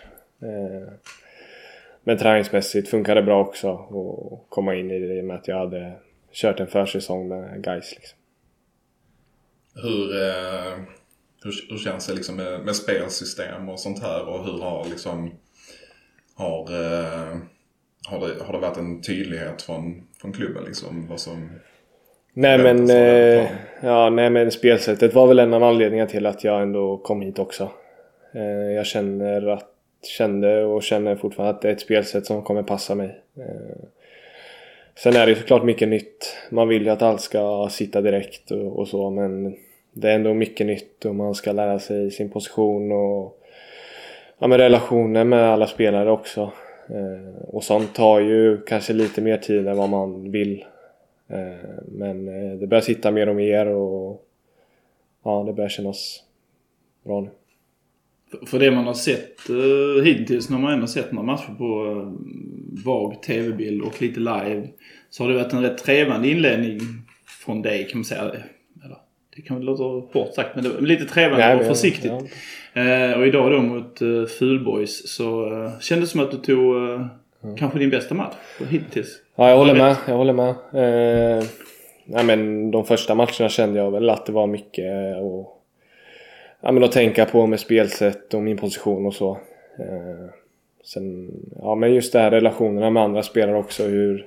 Men träningsmässigt funkade det bra också. Och komma in i det med att jag hade kört en försäsong med Gais. Liksom. Hur, hur, hur känns det liksom med, med spelsystem och sånt här? Och hur har liksom... Har, har, det, har det varit en tydlighet från, från klubben liksom? Vad som... Nej men, eh, ja, nej men spelsättet var väl en av anledningarna till att jag ändå kom hit också. Eh, jag känner att, kände och känner fortfarande att det är ett spelsätt som kommer passa mig. Eh, Sen är det såklart mycket nytt. Man vill ju att allt ska sitta direkt och, och så, men det är ändå mycket nytt och man ska lära sig sin position och ja, med relationer med alla spelare också. Eh, och sånt tar ju kanske lite mer tid än vad man vill. Eh, men eh, det börjar sitta mer och mer och ja, det börjar kännas bra nu. För det man har sett uh, hittills, när man ändå sett några matcher på uh, vag tv-bild och lite live, så har det varit en rätt trevande inledning från dig, kan man säga. Eller, det kan väl låta hårt sagt, men det var lite trevande Nej, och försiktigt. Ja. Uh, och idag då mot uh, Fulboys så uh, kändes det som att du tog uh, ja. kanske din bästa match hittills. Ja, jag håller med. Jag håller med. Uh, nej, men de första matcherna kände jag väl att det var mycket och ja, men att tänka på med spelsätt och min position och så. Eh, sen, ja, men just det här relationerna med andra spelare också. Hur,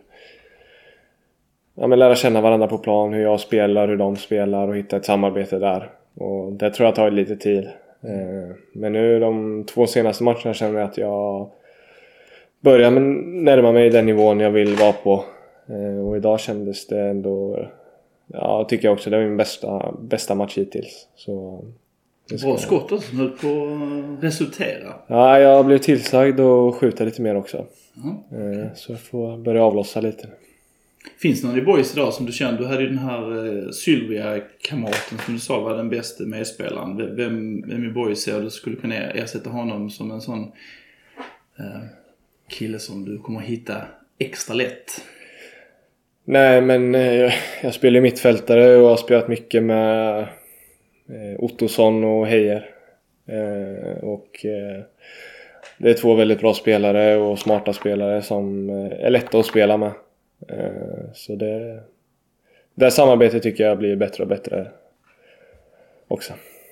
ja, men lära känna varandra på plan. Hur jag spelar, hur de spelar och hitta ett samarbete där. Och det tror jag tar lite tid. Eh, men nu de två senaste matcherna känner jag att jag börjar närma mig den nivån jag vill vara på. Eh, och idag kändes det ändå... Ja, tycker jag också. Det var min bästa, bästa match hittills. Så... Ska... Bra skott också, som höll på att resultera. Ja, jag blev tillsagd och skjuta lite mer också. Mm. Så jag får börja avlossa lite. Finns det någon i Boys idag som du känner? Du hade ju den här eh, Sylvia-kamraten som du sa var den bästa medspelaren. Vem, vem i Boys ser du skulle kunna ersätta honom som en sån eh, kille som du kommer att hitta extra lätt? Nej, men eh, jag, jag spelar mittfältare och har spelat mycket med... Ottosson och Heijer eh, och eh, det är två väldigt bra spelare och smarta spelare som eh, är lätta att spela med, eh, så det det samarbetet tycker jag blir bättre och bättre också.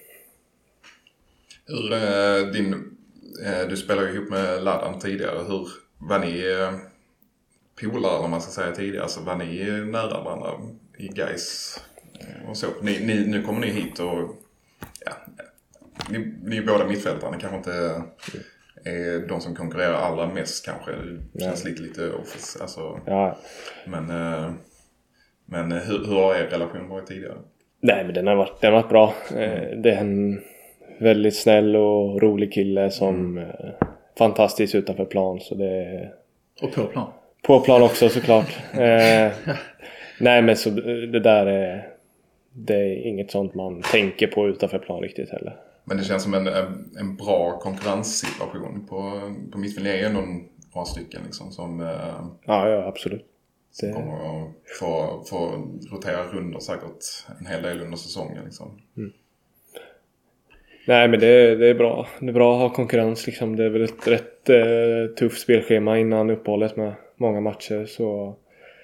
Hur eh, din eh, du spelade ihop med Ladan tidigare, hur var ni eh, polare om man ska säga tidigare, alltså var ni nära varandra i Gais? Och så. Ni, ni, nu kommer ni hit och ja, ni, ni är båda mittfältarna, kanske inte är de som konkurrerar allra mest kanske. Det känns lite lite office, alltså. Ja. Men, men hur, hur har er relation varit tidigare? Nej, men den har varit, den har varit bra. Mm. Det är en väldigt snäll och rolig kille som mm. fantastiskt utanför plan, så det och på plan. På plan också såklart. eh, nej, men så det där är det är inget sånt man tänker på utanför plan riktigt heller. Men det känns som en, en bra konkurrenssituation på, på mittfältet. Det är någon bra stycken liksom som, ja, ja, absolut. Som det... kommer att få, få rotera runder säkert en hel del under säsongen. Liksom. Mm. Nej, men det, det är bra. Det är bra att ha konkurrens. Liksom. Det är väl ett rätt eh, tufft spelschema innan uppehållet med många matcher. Så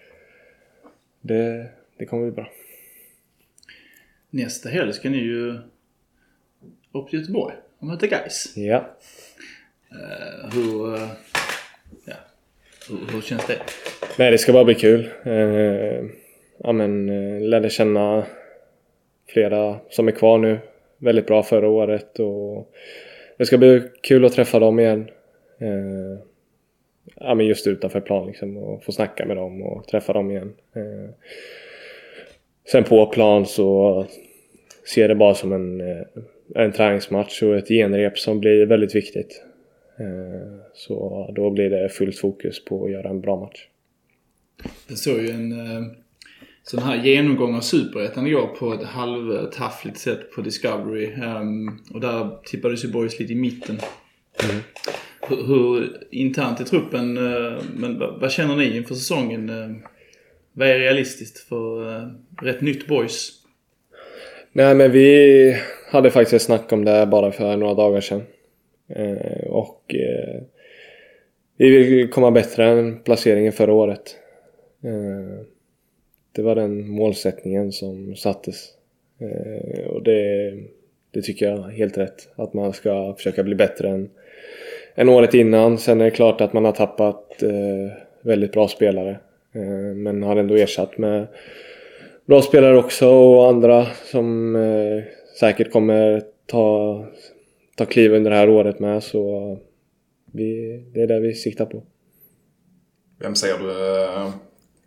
det, det kommer bli bra. Nästa helg ska ni ju upp till Göteborg och möta Gais. Ja. Uh, hur, uh, ja. hur, hur känns det? Nej, det ska bara bli kul. Uh, ja, men uh, lärde känna flera som är kvar nu. Väldigt bra förra året. Och det ska bli kul att träffa dem igen. Uh, ja, men just utanför plan liksom, och få snacka med dem och träffa dem igen. Uh, Sen på plan så ser det bara som en, en träningsmatch och ett genrep som blir väldigt viktigt. Så då blir det fullt fokus på att göra en bra match. Jag såg ju en sån här genomgång av Superettan igår på ett halvtaffligt sätt på Discovery. Och där tippades ju Boys lite i mitten. Mm. Hur, hur internt i truppen, men vad känner ni inför säsongen? Vad är realistiskt för uh, rätt nytt Boys? Nej, men vi hade faktiskt ett snack om det bara för några dagar sedan. Eh, och eh, vi vill komma bättre än placeringen förra året. Eh, det var den målsättningen som sattes. Eh, och det, det tycker jag är helt rätt. Att man ska försöka bli bättre än, än året innan. Sen är det klart att man har tappat eh, väldigt bra spelare. Men har ändå ersatt med bra spelare också och andra som eh, säkert kommer ta, ta kliv under det här året med. Så vi, det är det vi siktar på. Vem ser du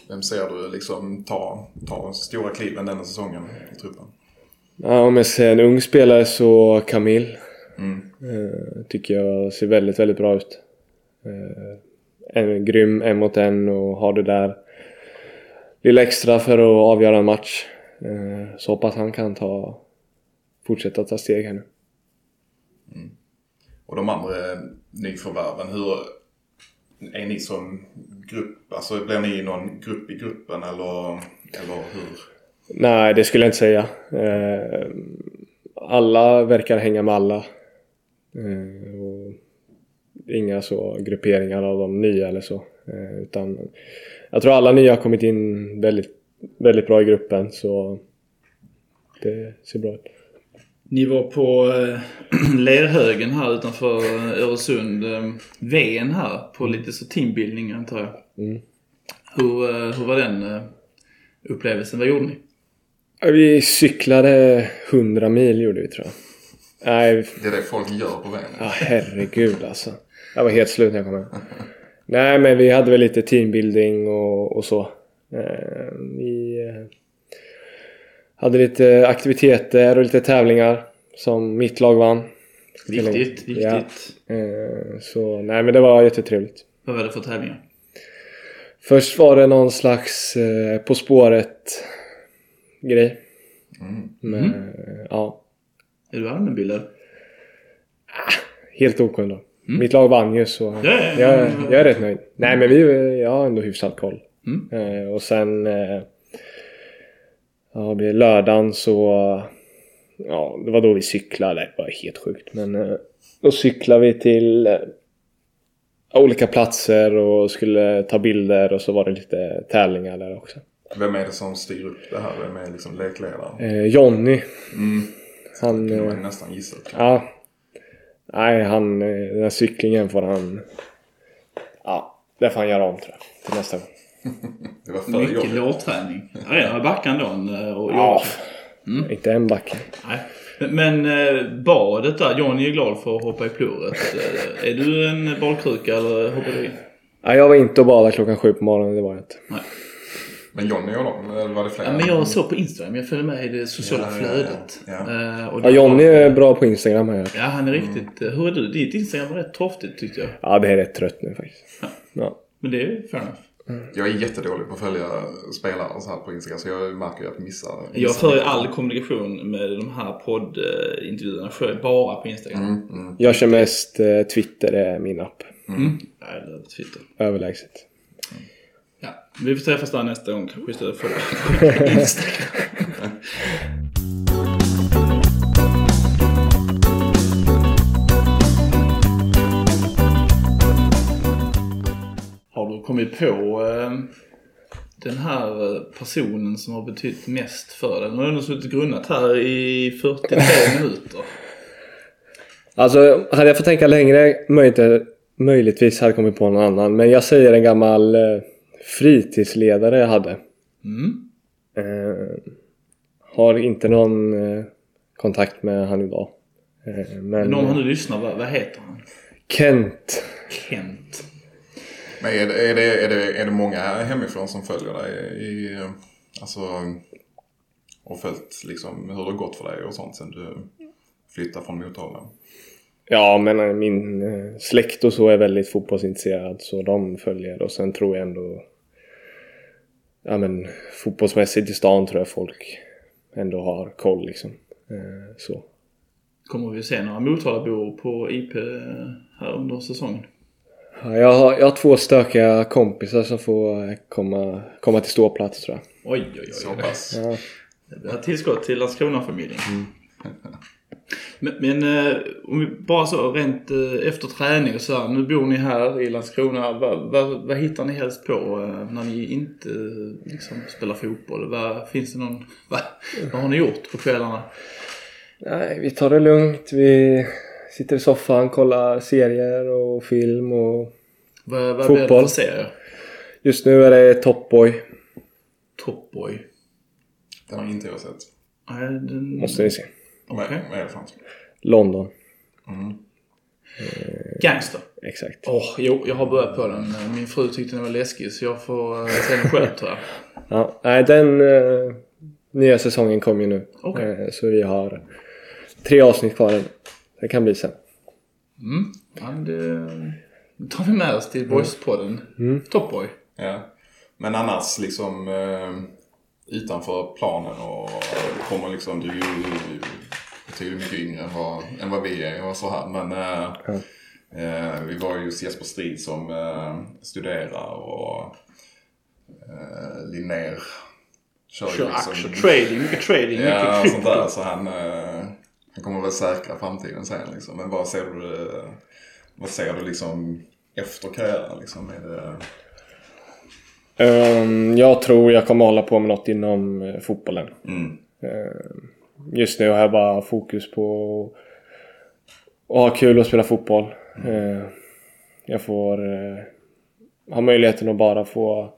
vem ser du liksom ta, ta stora kliven denna säsongen i truppen? Ja, om jag ser en ung spelare så Camille. Mm. Uh, tycker jag ser väldigt, väldigt bra ut. Uh, en grym en mot en och har det där lilla extra för att avgöra en match. Uh, så hoppas han kan ta fortsätta ta steg här nu. Mm. Och de andra nyförvärven, hur är ni som grupp? Alltså blir ni någon grupp i gruppen eller, eller hur? Nej, det skulle jag inte säga. Uh, alla verkar hänga med alla. Uh, och inga så grupperingar av de nya eller så. Uh, utan jag tror alla nya har kommit in väldigt, väldigt bra i gruppen, så det ser bra ut. Ni var på eh, Lerhögen här utanför Öresund. Eh, Ven här på lite så teambuilding antar jag. Mm. Hur, eh, hur var den eh, upplevelsen? Vad gjorde ni? Vi cyklade hundra mil gjorde vi, tror jag. Nej, det är det folk gör på vägen. Ja, herregud alltså. Jag var helt slut när jag kom hem. Nej, men vi hade väl lite teambuilding och, och så. Eh, vi eh, hade lite aktiviteter och lite tävlingar som mitt lag vann. Viktigt, viktigt. Ja. Eh, så nej, men det var jättetrevligt. Vad var det för tävlingar? Först var det någon slags eh, På spåret grej. Mm. Men, Mm. ja. Är du allmänbildad? Helt okunnig då. Mm. Mitt lag vann ju, så Ja, ja, ja. jag, jag är rätt nöjd. Nej, men vi, jag har ändå hyfsat koll. Mm. Eh, och sen eh, ja, det lördagen så ja, det var då vi cyklade. Det var helt sjukt. Men eh, då cyklade vi till eh, olika platser och skulle ta bilder, och så var det lite tävlingar där också. Vem är det som styr upp det här? Vem är liksom lekledaren? Eh, Jonny. Mm. Han, Det var eh, nästan gissat. ja. Nej, han, eh, den här cyklingen får han, ja, det får han göra om, tror jag, till nästa gång. Det var för Mycket jobbigt. lågträning. Ja, jag har backan då. Och Ja, Mm. inte en backe. Nej. Men, men eh, badet där, Johnny är glad för att hoppa i pluret. Eh, är du en bollkruka eller hoppar du in? Ja, jag var inte och badade klockan sju på morgonen, det var jag inte. Nej. Men Johnny och dem, eller var det fler? Ja, men jag såg på Instagram, jag följer med i det sociala Ja, ja, flödet. ja, ja. Eh, och Ja, det Johnny var- är bra på Instagram, har jag hört. Ja, han är riktigt... eh, Hur är du? Ditt Instagram var rätt torftigt tyckte jag. Ja, det är rätt trött nu faktiskt. Ja. Ja. Men det är fair enough. Jag är jättedålig på att följa spelare och så här på Instagram, så jag märker ju att jag missar. Jag för ju all kommunikation med de här poddintervjuerna sker bara på Instagram. Mm, mm. Jag kör mest eh, Twitter, är min app. Mm. Ja, eller Twitter. Överlägset. Ja, vi får träffas där nästa gång kanske istället för på Instagram. Har du kommit på eh, den här personen som har betytt mest för dig? Nu har du ändå suttit grunnat här i fyrtiotre minuter. Alltså, hade jag fått tänka längre, möjligt, möjligtvis hade jag kommit på någon annan. Men jag säger en gammal eh, fritidsledare jag hade. Mm. Eh, har inte någon eh, kontakt med han idag. Eh, men Men om han nu lyssnar, vad, vad heter han? Kent. Kent. Men är det, är, det, är, det, är det många hemifrån som följer dig i, alltså, och följt liksom hur det har gått för dig och sånt sen du flyttade från Motala? Ja, men eh, min eh, släkt och så är väldigt fotbollsintresserad, så de följer. Och sen tror jag ändå, ja men fotbollsmässigt i stan tror jag folk ändå har koll liksom. Eh, så. Kommer vi se några Motalabor på I P här under säsongen? Ja, jag, har, jag har två stökiga kompisar som får eh, komma, komma till ståplats, tror jag. Oj, oj, oj. Så pass. Ja. Det har tillskott till Landskrona-familjen. Mm. Men, men eh, om vi bara så rent eh, efter träning och så här, nu bor ni här i Landskrona. Vad, vad, vad hittar ni helst på eh, när ni inte eh, liksom spelar fotboll? Vad, finns det någon, vad, vad har ni gjort på kvällarna? Nej, vi tar det lugnt. Vi sitter i soffan, kollar serier och film och Vad, vad fotboll. blir det för serier? Just nu är det Top Boy. Top Boy. Den har inte jag sett. Nej, den... Måste ni se. Vad Okej. vad är det för något? London. Mm. Eh, Gangster. Exakt. Åh, oh, jo, jag har börjat på den. Min fru tyckte den var läskig så jag får uh, se den själv tror jag. Ja, nej, den uh, nya säsongen kommer ju nu. Okay. Uh, så vi har tre avsnitt kvar. Det kan bli sen. Mm. Ja, det tar vi med oss till Boys-podden. Mm. Top Boy. Ja. Men annars liksom uh, utanför planen och kommer liksom du är ju betydligt mycket yngre än vad, än vad vi är och så här. Men uh, ja. Uh, vi var ju Jesper Strid som uh, studerar och uh, Linnér kör, kör liksom, aktier, trading, mycket trading, ja, mycket sånt där. Så han, uh, han kommer väl säkra framtiden sen liksom. Men vad ser du, uh, vad ser du liksom efter karriären liksom? Är det... um, jag tror jag kommer hålla på med något inom uh, fotbollen. Mm. Uh, just nu har jag bara fokus på att ha kul och spela fotboll. Uh, jag får uh, ha möjligheten att bara få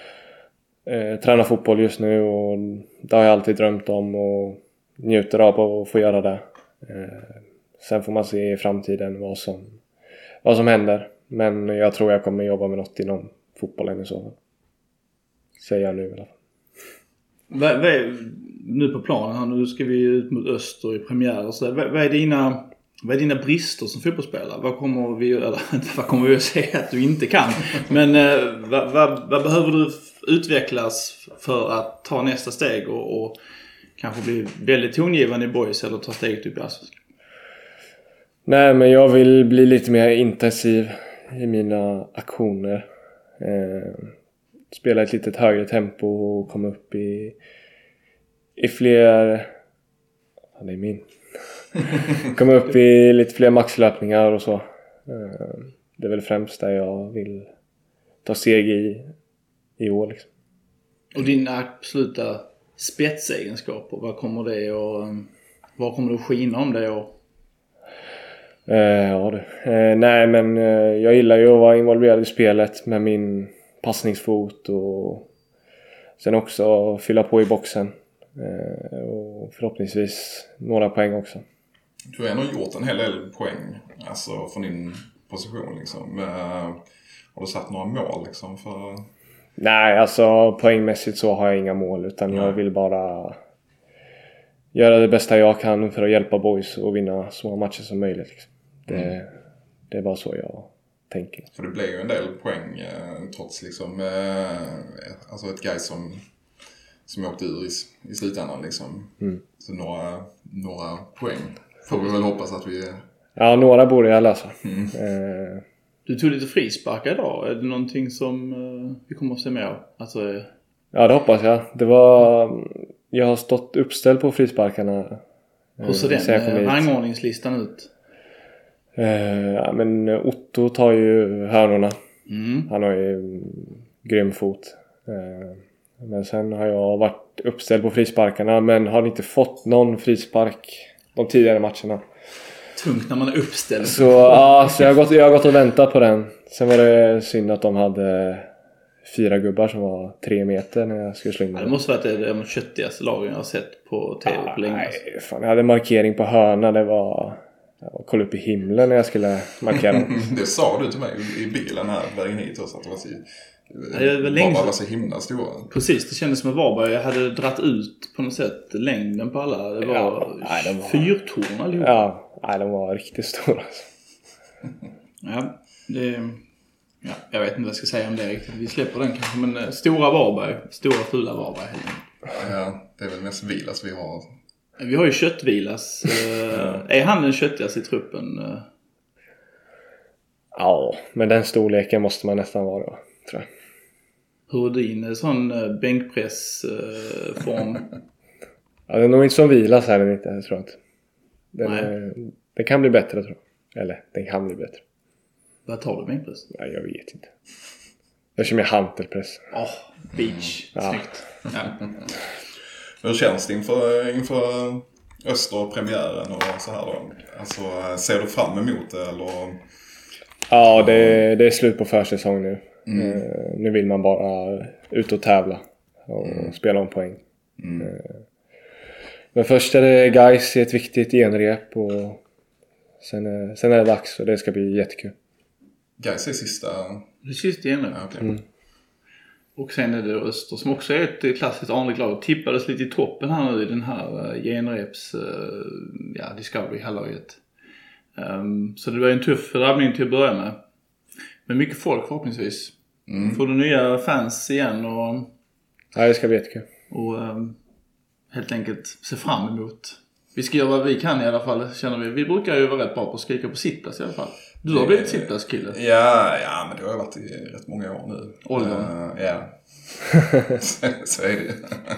uh, träna fotboll just nu och det har jag alltid drömt om och njuter av att få göra det. Uh, sen får man se i framtiden vad som, vad som händer. Men jag tror jag kommer jobba med något inom fotbollen i så fall. Säger jag nu i alla fall. Vad, vad är, nu på planen här, nu ska vi ut mot Öster i premiär och så. Vad, vad är dina... Vad är dina brister som fotbollsspelare? Vad kommer vi, eller, vad kommer vi att säga att du inte kan? Men eh, vad, vad, vad behöver du utvecklas för att ta nästa steg och, och kanske bli väldigt tongivande i Boys eller ta steget upp i Allsvenskan? Nej, men jag vill bli lite mer intensiv i mina aktioner. Eh, spela ett litet högre tempo och komma upp i, i fler... Ja, det är min... komma upp i lite fler maxlöpningar och så. Det är väl främst där jag vill ta steg i i år liksom. Och dina absoluta spetsegenskaper, vad kommer det och vad kommer du skina om det och? Eh, ja du. Eh, nej men eh, jag gillar ju att vara involverad i spelet med min passningsfot och sen också fylla på i boxen. Eh, och förhoppningsvis några poäng också. Du har ändå gjort en hel del poäng alltså från din position liksom. Uh, har du satt några mål liksom för... Nej, alltså poängmässigt så har jag inga mål utan Nej. jag vill bara göra det bästa jag kan för att hjälpa Boys och vinna så många matcher som möjligt liksom. Det, mm. det är bara så jag tänker. För det blir ju en del poäng eh, trots liksom eh, alltså ett guy som som åkte ur i, i slutändan liksom. Mm. Så några, några poäng får vi väl hoppas att vi... Ja, några borde jag läsa. Mm. Eh. Du tog lite frisparkar idag. Är det någonting som uh, vi kommer att se med av? Alltså, uh... Ja, det hoppas jag. Det var... Jag har stått uppställd på frisparkarna. Hur ser den uh, rangordningslistan ut? Uh, ja, men Otto tar ju hörnorna. Mm. Han har ju grym fot. Uh, men sen har jag varit uppställd på frisparkarna men har inte fått någon frispark de tidigare matcherna. Tungt när man är uppställd. Så, ja, så jag, har gått, jag har gått och väntat på den. Sen var det synd att de hade fyra gubbar som var tre meter när jag skulle slänga. Ja, det måste vara det de köttigaste lagen jag har sett på tv ja, på länge. Nej, fan, jag hade markering på hörna. Det var... Jag kollade upp i himlen när jag skulle markera dem. Det sa du till mig i bilen här vägen hit också att det var så... Det var länge... var så himla stora. Precis, det kändes som att Varberg jag hade dratt ut på något sätt längden på alla. Det var, ja, nej, de var... fyrtorn allihop. Ja, nej, de var riktigt stora. Ja, det... Ja, jag vet inte vad jag ska säga om det riktigt. Vi släpper den kanske, men stora Varberg. Stora fula Varberg. Ja, det är väl mest Vilas vi har. Vi har ju Köttvilas. ja. Är han den köttigaste i truppen? Ja, men den storleken måste man nästan vara då, tror jag. Hur är din sån bänkpressform? Ja, den är nog inte som Vilas här, den inte, jag tror inte. Den, är, den kan bli bättre, tror jag. Eller, den kan bli bättre. Vad tar du bänkpress? Nej, jag vet inte. Jag kör med hantelpress. Åh, oh, beach. Ja. Snyggt. Ja. Hur känns det inför, inför Öster-premiären och så här då? Alltså, ser du fram emot det eller? Ja, det, det är slut på försäsong nu. Mm. Uh, nu vill man bara ut och tävla och mm. spela om poäng. Mm. Uh, men först är det guys i ett viktigt genrep och Sen är, sen är det dags och det ska bli jättekul. Gais är sista... Det är sista genrep. Ja, okay. Mm. Och sen är det Öster som också är ett klassiskt anrikt lag. Tippades lite i toppen här nu i den här uh, genreps uh, ja, Discovery-halvåret. Um, så det var en tuff drabbning till att börja med. Men mycket folk förhoppningsvis. Mm. Får du nya fans igen och... Ja, det ska bli jättekul. Och um, helt enkelt se fram emot. Vi ska göra vad vi kan i alla fall, känner vi. Vi brukar ju vara rätt bra på att skrika på sittplats i alla fall. Du har blivit sittplatskille. Ja, ja, men det har varit i rätt många år nu. Åldern. Uh, ja. så, så är det.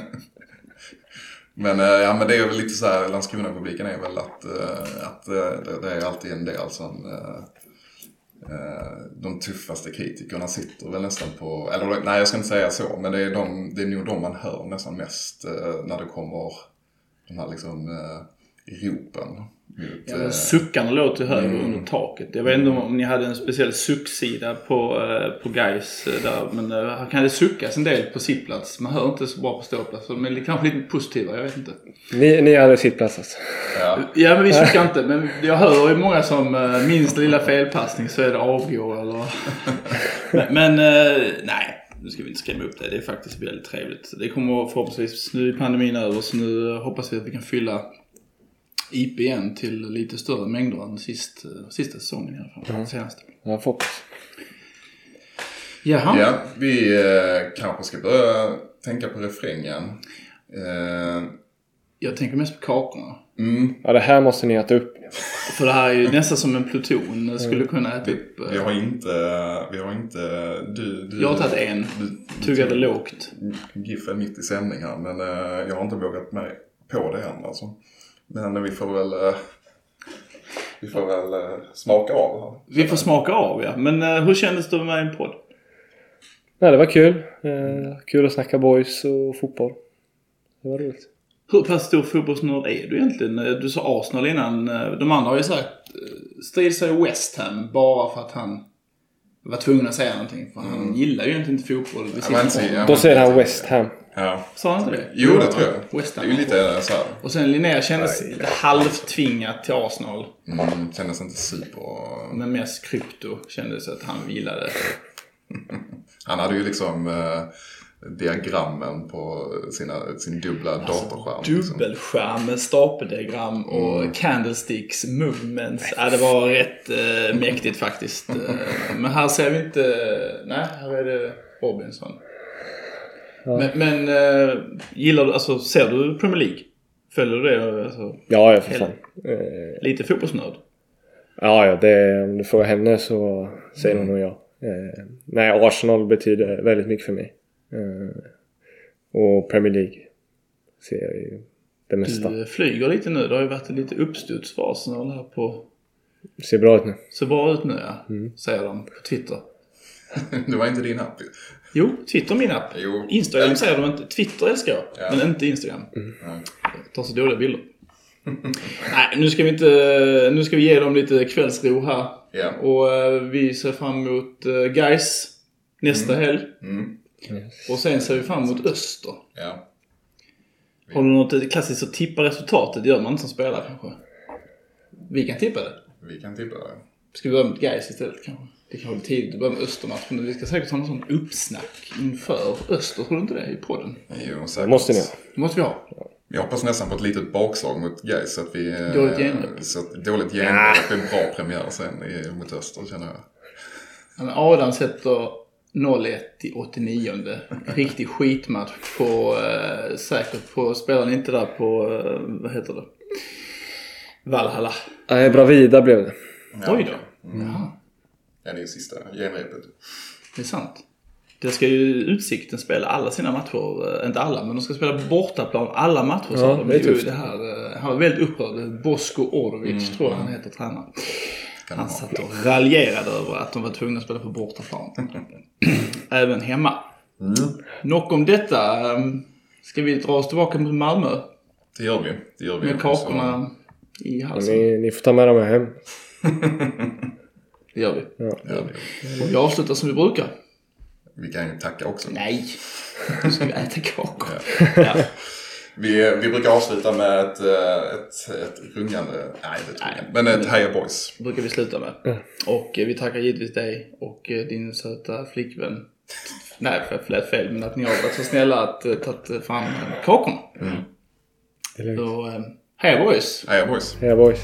Men, uh, ja, men det är väl lite så här, Landskrona-publiken är väl att, uh, att uh, det, det är alltid en del som... Uh, uh, de tuffaste kritikerna sitter väl nästan på... Eller nej, jag ska inte säga så, men det är, de, det är nog de man hör nästan mest uh, när det kommer de här liksom... Uh, i ropen. Ja, men suckarna låter högre mm. under taket. Jag vet inte om ni hade en speciell sucksida på, på Gais där. Men här kan det suckas en del på sittplats. Man hör inte så bra på ståplats. Men det är kanske lite positiva, jag vet inte. Ni, ni hade sittplats alltså? Ja. Ja, men vi suckar inte. Men jag hör ju många som minst lilla felpassning så är det avgå eller... men, men nej. Nu ska vi inte skrämma upp det. Det är faktiskt väldigt trevligt. Det kommer förhoppningsvis, nu är pandemin över, så nu hoppas vi att vi kan fylla I P igen till lite större mängder än sist, sista säsongen i alla fall. Mm. Senaste. Ja, fokus. Jaha. Ja, vi eh, kanske ska börja tänka på refrängen. Eh, Jag tänker mest på kakorna. Mm. Ja, det här måste ni äta upp. För det här är ju nästan som en pluton skulle kunna äta vi, upp. Vi har inte... Vi har inte du, du, jag har tagit en. Du, tuggade lågt. Giffen mitt i sändning här. Men eh, jag har inte vågat mig på det än alltså. Men vi får väl... Eh, vi får väl eh, smaka av det här. Vi får smaka av, ja. Men eh, hur kändes det med en podd? Ja, det var kul. Eh, kul att snacka boys och fotboll. Det var roligt. Hur pass stor fotbollsnörd är du egentligen? Du sa Arsenal innan. De andra har ju sagt strid sig West Ham bara för att han var tvungen att säga någonting. För han mm. gillar ju egentligen inte fotboll. Ja, inte, ja, då säger han West Ham. Ja. Sa han inte det? Jo, det tror jag. West Ham. Det är ju lite så här. Och sen Linnea kändes lite halvtvingat till Arsenal. Mm, kändes inte super. Men mest krypto kändes att han gillade. Han hade ju liksom... Eh, diagrammen på sina, sin dubbla alltså, datorskärm. Dubbelskärm med stapeldiagram och mm. candlesticks movements. Ja, det var rätt äh, mäktigt faktiskt. Men här ser vi inte... Nej, här är det Robinson. Ja. Men, men äh, gillar du... Alltså, ser du Premier League? Följer du det? Alltså, ja, jag förstår. Lite fotbollsnörd. Ja, ja det, om du får henne så säger mm. hon nog ja. Eh, nej, Arsenal betyder väldigt mycket för mig. Uh, och Premier League ser jag ju det mesta. Du flyger lite nu. Det har ju varit en lite uppstudsfas här på... Ser bra ut nu. Ser bra ut nu, ja. Mm. Säger de på Twitter. Det var inte din app. Jo, Twitter min app. Jo. Instagram säger de inte. Twitter älskar jag, ja. Men inte Instagram. Mm. Jag tar så dåliga bilder. Nej, nu ska vi inte... Nu ska vi ge dem lite kvällsro här. Yeah. Och uh, vi ser fram emot uh, Gais nästa mm. helg. Mm. Yes. Och sen ser vi fram emot Öster. Ja. Vi... Har du något klassiskt att tippa resultatet? Det gör man inte som spelar kanske. Vi kan tippa det. Vi kan tippa det. Ska vi börja med Gais istället kanske? Det kan vara tidigt att börja med Östermatch. Men vi ska säkert ha någon sån uppsnack inför Öster. Tror du inte det i podden? Jo, säkert. Måste ni ha. Måste vi ha. Jag hoppas nästan på ett litet bakslag mot Gais. Så att vi... Dåligt genrep. Så att dåligt genrep. Ja. Det blir en bra premiär sen i, mot Öster, känner jag. Ja, men Adam sätter... noll ett i åttionionde. Riktig skitmatch på eh, säkert på spelaren inte där på eh, vad heter det? Valhalla. Nej, Bravida blev det. Ja. Oj då. Mm. Jaha. Ja, det är sista genrepet. Det är sant. Det ska ju Utsikten spela alla sina matcher, äh, inte alla, men de ska spela på bortaplan alla matcher. Ja, så de det är ju det här, äh, han var väldigt upprörd. Bosko Orovic mm. tror jag han heter, tränaren. Han satt och raljerade över att de var tvungna att spela på bortaplan. Även hemma. Mm. Nog om detta. Ska vi dra oss tillbaka mot Malmö? Det gör vi. Det gör vi. Med kakorna så... i halsen. Ni, ni får ta med dem hem. Det gör vi. Ja. Det gör vi. Och vi avslutar som vi brukar. Vi kan ju tacka också. Nej. Nu ska vi äta kakor. Ja. Ja. Vi, vi brukar avsluta med ett, ett, ett rungande, nej det tror jag, men ett Heja Boys. Brukar vi sluta med. Mm. Och vi tackar givetvis dig och din söta flickvän. Nej, för jag flät fel, men att ni har varit så snälla att uh, tagit fram kakorna. Mm. Så, uh, Heja Boys! Heja Boys! Heja Boys!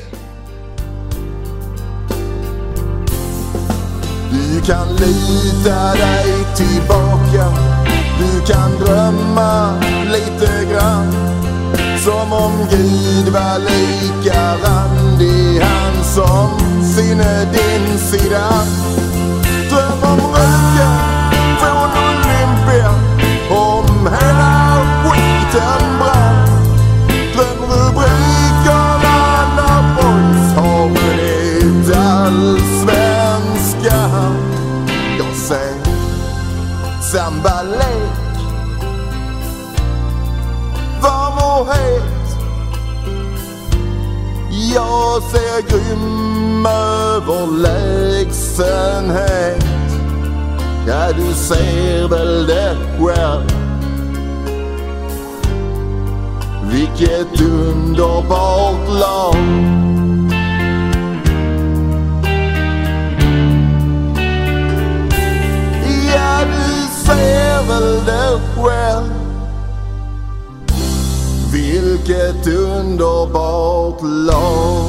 Du kan lita dig tillbaka. Du kan drömma lite grann. Som om Gud var lika randig. Han som sinne din sida. Dröm om röken från Olympia. Om hela skiten brann. Dröm rubrikerna när boys har vunnit allsvenskan. Jag ser sambalek, varm och het. Jag ser grym överlägsenhet. Ja, du ser väl det själv. Vilket underbart lag. Ja, du ser väl det själv. Vilket underbart lag.